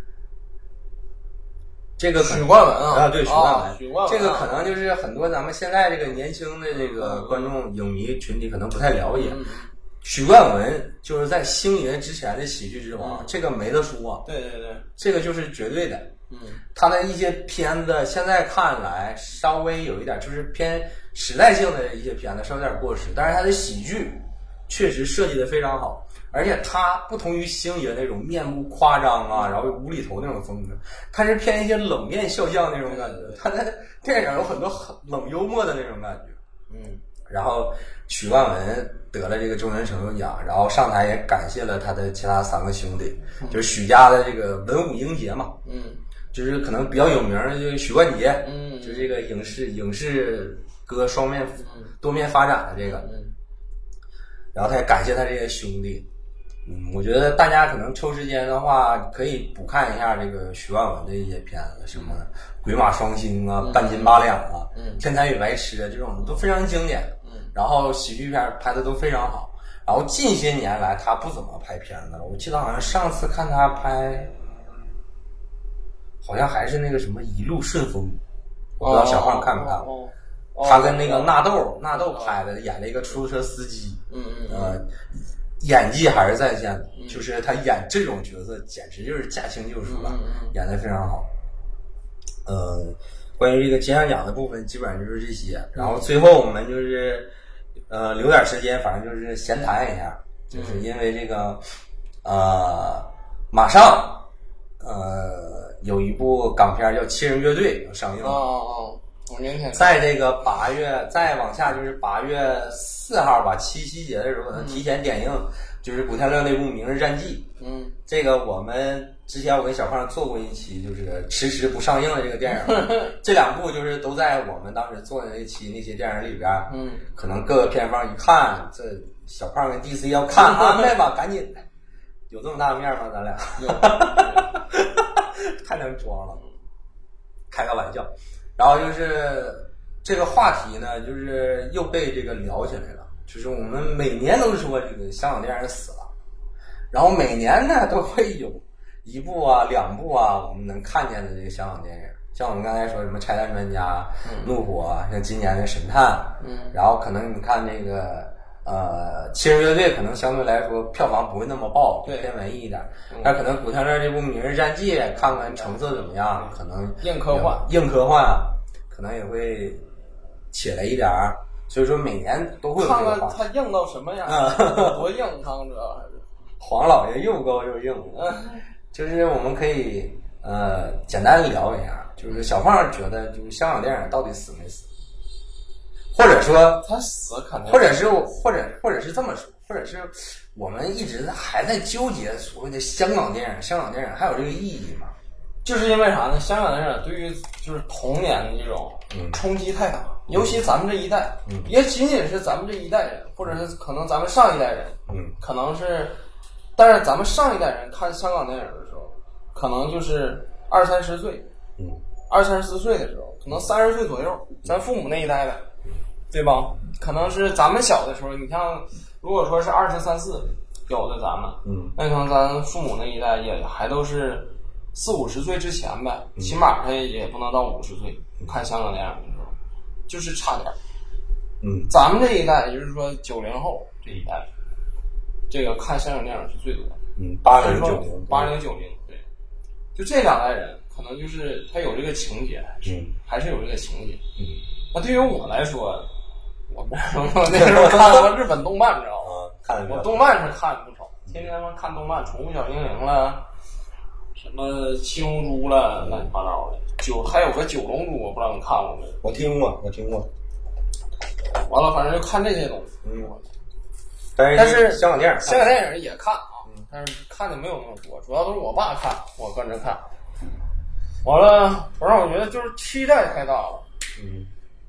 这个许冠文啊， 啊对许冠文， 啊、许冠文， 这个可能就是很多咱们现在这个年轻的这个观众影迷群体可能不太了解。 嗯、 许冠文就是在星爷之前的喜剧之王， 嗯、 这个没得说， 对对对， 这个就是绝对的。 嗯， 他的一些片子现在看来稍微有一点就是偏时代性的一些片子稍微有点过时，但是他的喜剧确实设计的非常好，而且他不同于星爷那种面部夸张啊，然后无厘头那种风格，他是偏一些冷面笑匠那种感觉，他在电影有很多很冷幽默的那种感觉。 嗯， 然后许冠文得了这个终身成就奖，然后上台也感谢了他的其他三个兄弟， 嗯、 就是许家的这个文武英杰嘛。 嗯。 就是可能比较有名的这个许冠杰， 嗯， 就这个影视影视歌双面多面发展的这个， 嗯， 然后他也感谢他这些兄弟，嗯，我觉得大家可能抽时间的话，可以补看一下这个许冠文的一些片子，什么《鬼马双星》啊， 嗯、 半斤八两啊， 嗯， 天才与白痴啊，这种都非常经典， 嗯， 然后喜剧片拍的都非常好，然后近些年来他不怎么拍片子了，我记得好像上次看他拍。好像还是那个什么一路顺风，我不知道小胖看没看过。 哦哦哦、 他跟那个纳豆，纳豆拍的，演了一个出租车司机。 嗯嗯。 呃，演技还是在线的， 嗯、 就是他演这种角色简直就是驾轻就熟了， 嗯嗯、 演得非常好。呃，关于这个金像奖的部分，基本上就是这些。然后最后我们就是呃留点时间，反正就是闲谈一下，就是因为这个呃马上。呃，有一部港片叫《七人乐队》要上映。 哦哦哦，我明天在这个八月再往下就是八月四号吧，七夕节的时候可能提前点映，嗯、就是古天乐那部《明日战记》。 嗯， 这个我们之前我跟小胖做过一期，就是迟迟不上映的这个电影，这两部就是都在我们当时做的那期那些电影里边， 嗯， 可能各个片方一看，这小胖跟 D C 要看安排吧，赶紧，有这么大的面吗？咱俩太能装了，开个玩笑。然后就是这个话题呢，就是又被这个聊起来了，就是我们每年都说这个香港电影死了，然后每年呢都会有一部啊两部啊我们能看见的这个香港电影，像我们刚才说什么拆弹专家、嗯、怒火，像今年的神探， 嗯， 然后可能你看那个呃七人乐队，可能相对来说票房不会那么爆， 对， 偏文艺一点，但可能古天乐这部《明日战记》看看成色怎么样，可能硬科幻硬科幻可能也会起来一点儿，所以说每年都会有这个看看他硬到什么样，多硬，看看这黄老爷又高又硬，就是我们可以呃简单聊一下，就是小胖觉得就是香港电影到底死没死，或者说他死肯定， 或者是或者或者是这么说，或者是我们一直还在纠结所谓的香港电影，香港电影还有这个意义吗？ 就是因为啥呢？香港电影对于就是童年的这种冲击太大，嗯、尤其咱们这一代，嗯，也仅仅是咱们这一代人，或者是可能咱们上一代人， 嗯， 可能是，但是咱们上一代人看香港电影的时候，可能就是二三十岁， 嗯， 二三十岁的时候，可能三十岁左右，咱父母那一代的，对吧？可能是咱们小的时候，你像如果说是二十三四，有的咱们， 嗯， 那可能咱父母那一代也还都是四五十岁之前呗，起码他也不能到五十岁看香港电影的时候，就是差点。 嗯， 咱们这一代，也就是说九零后这一代，这个看香港电影是最多的。 嗯，八零九零， 八零九零，对，就这两代人，可能就是他有这个情节， 嗯， 还是有这个情节。 嗯， 那对于我来说，我那时候那时候看过日本动漫，你知道吗？ 看我动漫是看不少，天天他妈看动漫，宠物小精灵了。什么七龙珠了，乱七八糟的。九还有个九龙珠，我不知道你看过没？ 我听过，我听过。 完了，反正就看这些东西。 嗯。但是香港电影， 香港电影也看啊，嗯、但是看的没有那么多，主要都是我爸看，我跟着看。完了，我让我觉得就是期待太大了。 嗯。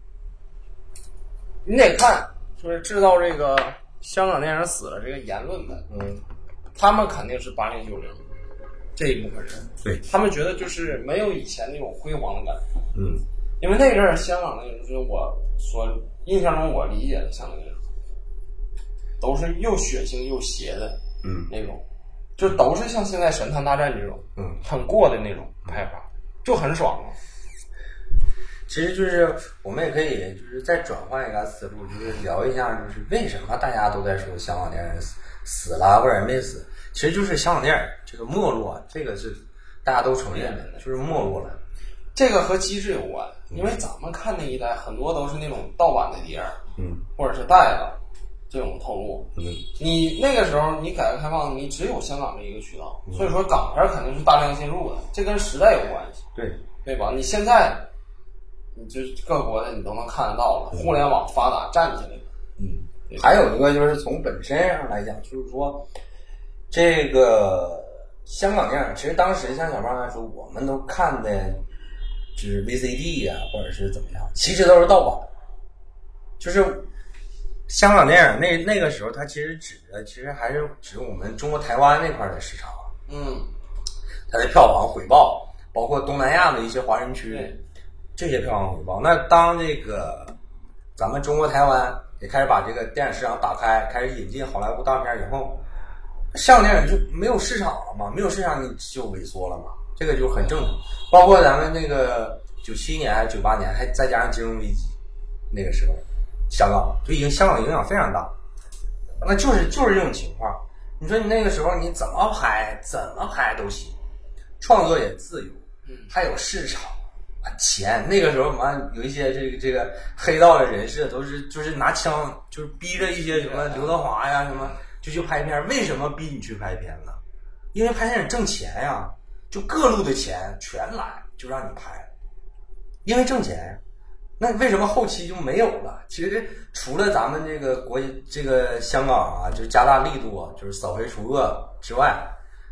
你得看，就是制造这个香港电影死了这个言论的， 嗯， 他们肯定是八零九零。这一部分人， 对他们觉得就是没有以前那种辉煌的感觉， 嗯， 因为那阵儿香港那种，就是我所印象中我理解的香港那种，都是又血腥又邪的， 嗯， 那种，就都是像现在《神探大战》这种， 嗯， 很过的那种拍法，就很爽嘛。 其实就是我们也可以就是再转换一个思路，就是聊一下，就是为什么大家都在说香港电影死死了或者没死。其实就是香港电影这个没落，这个是大家都承认的，就是没落了。 这个和机制有关，因为咱们看那一代很多都是那种盗版的碟儿， 嗯， 或者是带的这种投入。 嗯， 你那个时候你改革开放，你只有香港这一个渠道，所以说港片肯定是大量进入的，这跟时代有关系。 对， 对吧？你现在你就各国的你都能看得到了，互联网发达站起来了。 嗯，还有一个就是从本身上来讲，就是说。这个香港电影，其实当时像小胖来说，我们都看的就是 V C D 啊，或者是怎么样，其实都是盗版。就是香港电影那那个时候，它其实指的其实还是指我们中国台湾那块的市场。 嗯， 它的票房回报，包括东南亚的一些华人区，这些票房回报。那当这个咱们中国台湾也开始把这个电影市场打开，开始引进好莱坞大片以后。香港电影就没有市场了嘛，没有市场你就萎缩了嘛，这个就很正常。包括咱们那个九七年还是九八年，还再加上金融危机，那个时候，香港就已经香港影响非常大，那就是就是这种情况。你说你那个时候你怎么拍怎么拍都行，创作也自由，还有市场啊钱。那个时候完有一些这个这个黑道的人士都是就是拿枪就是逼着一些什么刘德华呀什么。就去拍片，为什么逼你去拍片呢？因为拍电影挣钱呀，就各路的钱全来，就让你拍，因为挣钱呀。那为什么后期就没有了？其实除了咱们这个国这个香港啊，就是加大力度，就是扫黑除恶之外，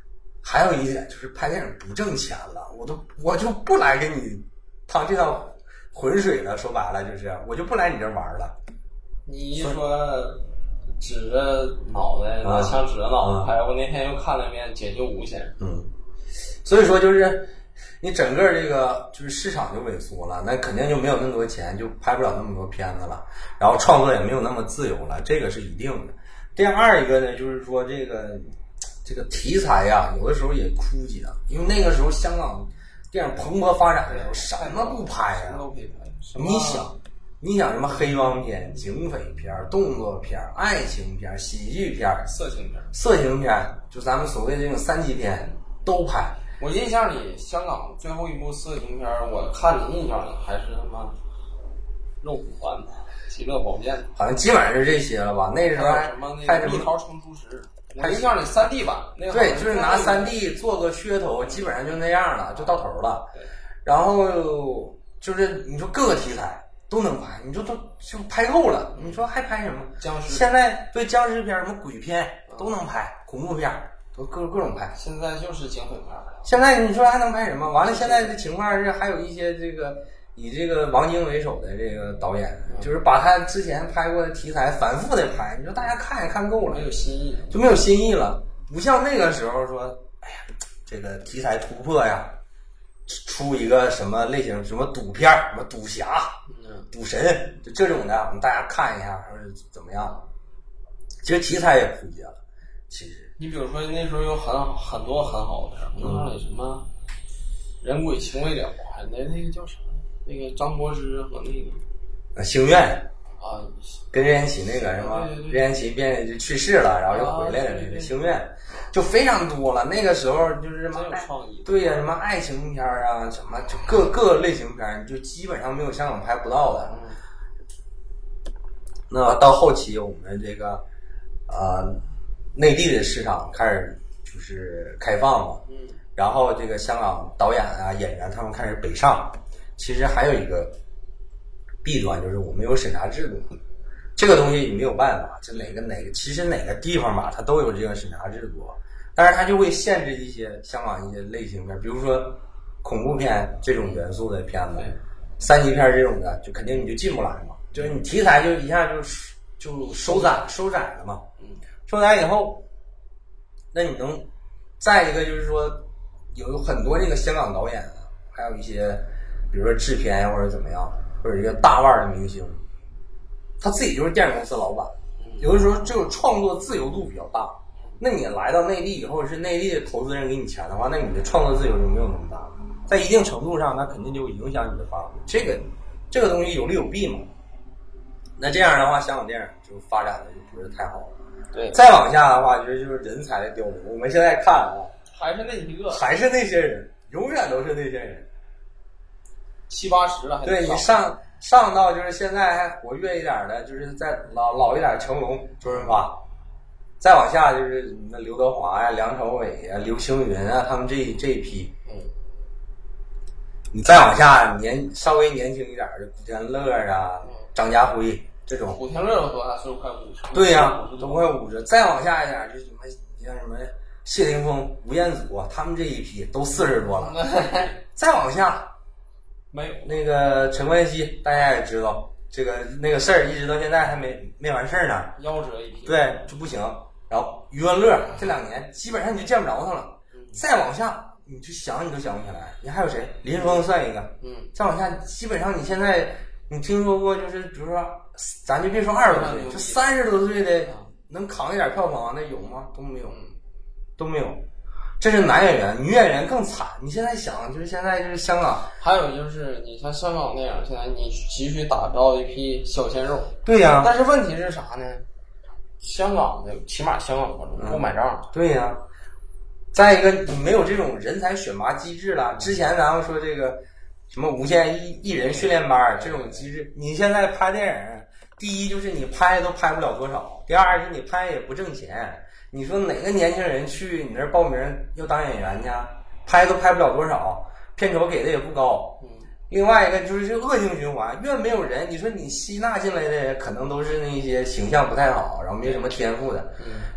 还有一点就是拍电影不挣钱了，我都我就不来给你趟这趟浑水了。说白了就是我就不来你这玩了。 你一说指着脑袋拿枪指着脑袋拍，我那天又看了一遍《解救吴先生》。 嗯，所以说就是你整个这个就是市场就萎缩了，那肯定就没有那么多钱，就拍不了那么多片子了，然后创作也没有那么自由了，这个是一定的。第二一个呢，就是说这个这个题材呀，有的时候也枯竭，因为那个时候香港电影蓬勃发展的时候，什么不拍呀？ 什么都可以拍。 你想，你想什么黑帮片、警匪片、动作片、爱情片、喜剧片、 色情片、 色情片，就咱们所谓的这种三级片都拍。 我印象里，香港最后一部色情片，我看你印象里还是他妈肉骨欢的《极乐宝剑》， 好像基本上是这些了吧？那时候还什么还蜜桃成熟时，我印象里三 D 版，那个对，就是拿三 D 做个噱头，基本上就那样了，就到头了。然后就是你说各个题材都能拍，你说都就拍够了，你说还拍什么？ 僵尸现在对僵尸片、什么鬼片都能拍，恐怖片都各各种拍。 现在就是警匪片。 现在你说还能拍什么？完了，现在的情况是还有一些这个以这个王晶为首的这个导演，嗯、就是把他之前拍过的题材反复的拍，你说大家看也看够了， 没有新意， 就没有新意了。不像那个时候说，哎呀，这个题材突破呀，出一个什么类型，什么赌片，什么赌侠、嗯、赌神，就这种的，我们大家看一下，或者怎么样。其实题材也枯竭了，其实。 你比如说那时候有很很多很好的片儿，我那里什么人鬼情未了，还那那个叫啥？那个张柏芝和那个呃星愿啊， 跟任贤齐那个是吗？任贤齐变就去世了，然后又回来了，那个星愿就非常多了。那个时候就是什么有创意， 对呀、啊，什么爱情片啊，什么就各各类型片，就基本上没有香港拍不到的。嗯、那到后期我们这个呃。内地的市场开始就是开放了，嗯，然后这个香港导演啊、演员他们开始北上。其实还有一个弊端，就是我们有审查制度，这个东西你没有办法，这哪个哪个，其实哪个地方吧，它都有这个审查制度，但是它就会限制一些香港一些类型片，比如说恐怖片这种元素的片子，三级片这种的，就肯定你就进不来嘛，就是你题材就一下就就收窄收窄了嘛。收窄以后，那你能再一个就是说，有很多这个香港导演，还有一些比如说制片或者怎么样，或者一个大腕的明星，他自己就是电影公司老板，有的时候这种创作自由度比较大。那你来到内地以后，是内地的投资人给你钱的话，那你的创作自由就没有那么大，在一定程度上，那肯定就会影响你的发挥。这个这个东西有利有弊嘛。那这样的话，香港电影就发展的就不是太好了。 对， 再往下的话，就是就是人才的凋零。我们现在看啊， 还是那几个， 还是那些人，永远都是那些人， 七八十了还对你上上到就是现在还活跃一点的，就是在老老一点成龙、周润发，再往下就是那刘德华呀、梁朝伟呀、刘青云啊，他们这这一批。嗯，你再往下年稍微年轻一点的古天乐啊、嗯、张家辉。这种古天乐多大岁数？快五十。 对呀、啊，都快五十。再往下一点，就什么像什么谢霆锋、吴彦祖，他们这一批都四十多了。再往下， 没有那个陈冠希，大家也知道，这个那个事儿一直到现在还没没完事儿呢。 夭折一批。 对，就不行。然后余文乐这两年基本上你就见不着他了。嗯、再往下，你就想你都想不起来。你还有谁？林峰算一个。嗯。再往下，基本上你现在。你听说过就是比如说咱就别说二十多岁，就三十多岁的能扛一点票房的有吗？都没有，都没有。这是男演员，女演员更惨。你现在想，就是现在就是香港， 还有就是你像香港那样，现在你急需打造一批小鲜肉。 对呀、啊。 但是问题是啥呢？香港的起码香港观众不买账。 嗯、对呀、啊。再一个，你没有这种人才选拔机制了。之前咱们说这个。什么无线艺艺人训练班这种机制，你现在拍电影，第一就是你拍都拍不了多少，第二是你拍也不挣钱。你说哪个年轻人去你那儿报名要当演员去，拍都拍不了多少，片酬给的也不高。另外一个就是这恶性循环，越没有人，你说你吸纳进来的可能都是那些形象不太好，然后没什么天赋的。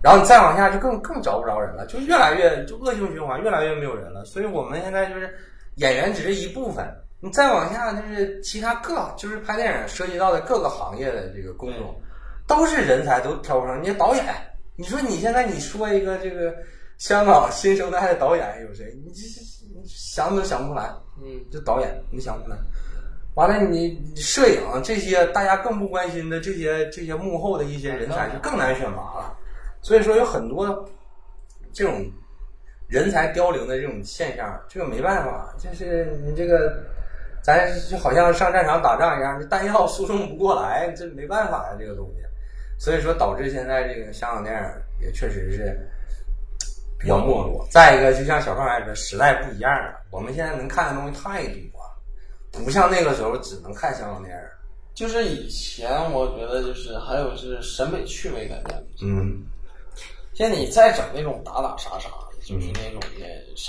然后你再往下就更更找不着人了，就越来越就恶性循环，越来越没有人了。所以我们现在就是演员只是一部分，你再往下就是其他各就是拍电影涉及到的各个行业的这个工种，都是人才都挑不上。你导演，你说你现在你说一个这个香港新生代的导演有谁？你这你想都想不出来。嗯，这导演你想不出来。完了你摄影这些大家更不关心的这些这些幕后的一些人才就更难选拔了。所以说有很多这种人才凋零的这种现象，这个没办法，就是你这个咱就好像上战场打仗一样，这弹药输送不过来，这没办法呀，这个东西。所以说导致现在这个香港电影也确实是比较没落。再一个，就像小胖来说，时代不一样了，我们现在能看的东西太多了，不像那个时候只能看香港电影。 就是以前我觉得就是还有是审美趣味改变。 嗯， 现在你再整那种打打杀杀，就是那种的啥，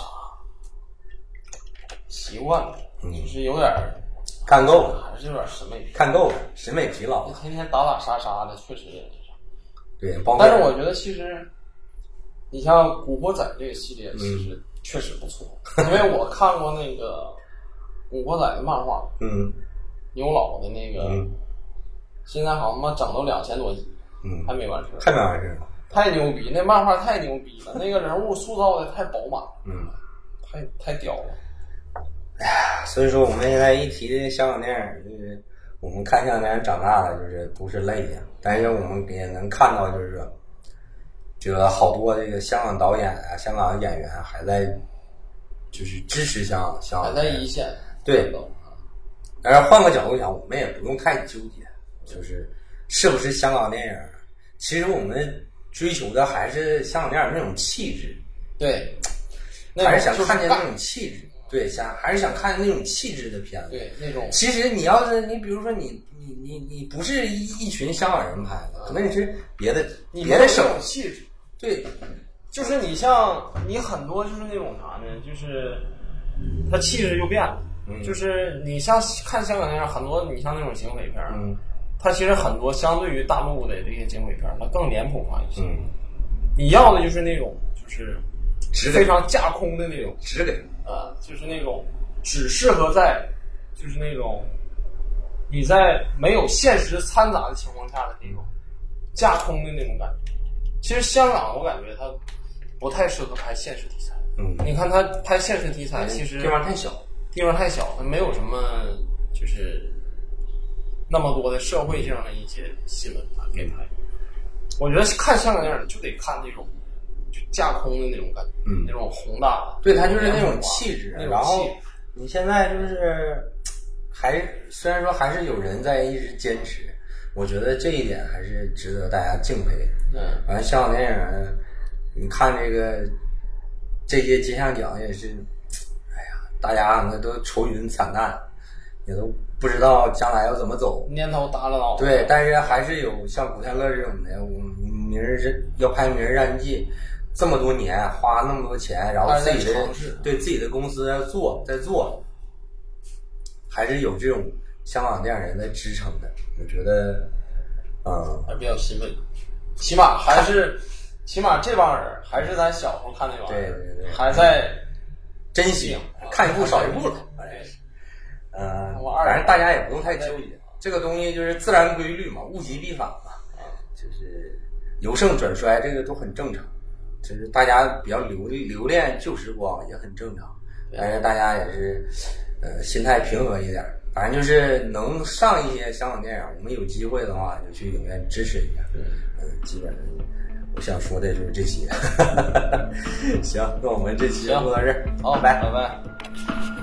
习惯了，就是有点看够了， 还是有点审美看够了，审美疲劳， 天天打打杀杀的，确实也是。 对，包括但是我觉得其实，你像《古惑仔》这个系列，其实确实不错，嗯、因为我看过那个《古惑仔》的漫画， 嗯， 牛老的那个， 嗯、 现在好像他妈整到两千多集， 嗯， 还没完事， 还没完事呢。 太牛逼，那漫画太牛逼了，那个人物塑造的太饱满， 嗯， 太太屌了。 哎呀，所以说我们现在一提这香港电影，就是我们看香港电影长大了，就是都是泪呀。但是我们也能看到，就是这个好多这个香港导演啊、香港演员还在就是支持香港，香港还在一线。 对。但是换个角度讲，我们也不用太纠结，就是是不是香港电影，其实我们追求的还是香港电影那种气质。 对。 还是想看见那种气质。对，想还是想看那种气质的片子。 对，那种。 其实你要是你比如说你你你你不是一一群香港人拍的，可能你是别的别的省气质。 对， 就是你像你很多就是那种啥呢，就是它气质就变了。嗯、就是你像看香港电影很多，你像那种警匪片， 嗯， 它其实很多相对于大陆的这些警匪片，它更脸谱化一些。 嗯， 你要的就是那种就是非常架空的那种直给。 呃，就是那种只适合在，就是那种你在没有现实掺杂的情况下的那种架空的那种感觉。其实香港我感觉它不太适合拍现实题材。 嗯， 你看它拍现实题材，其实地方太小， 地方太小，它没有什么就是那么多的社会性的一些新闻啊给拍。我觉得看香港电影就得看那种。架空的那种感觉，嗯，那种宏大的， 对，它就是那种气质。然后你现在就是还虽然说还是有人在一直坚持，我觉得这一点还是值得大家敬佩。 嗯， 完了香港电影，你看这个这些金像奖也是，哎呀，大家那都愁云惨淡，也都不知道将来要怎么走， 年头大了脑。 对，但是还是有像古天乐这种的，我明日要拍《明日战记》。这么多年花那么多钱，然后自己的对自己的公司在做在做，还是有这种香港电影人在支撑的。我觉得，嗯， 还比较欣慰，起码还是起码这帮人还是咱小时候看那帮人，对对对， 还在珍惜，看一部少一部了。嗯，反正大家也不用太纠结，这个东西就是自然规律嘛，物极必反嘛，就是由盛转衰，这个都很正常。就是大家比较留留恋旧时光也很正常，但是大家也是呃心态平和一点，反正就是能上一些香港电影，我们有机会的话就去影院支持一下。嗯、呃，基本上我想说的就是这些。行，那我们这期就录到这儿， 好，拜拜。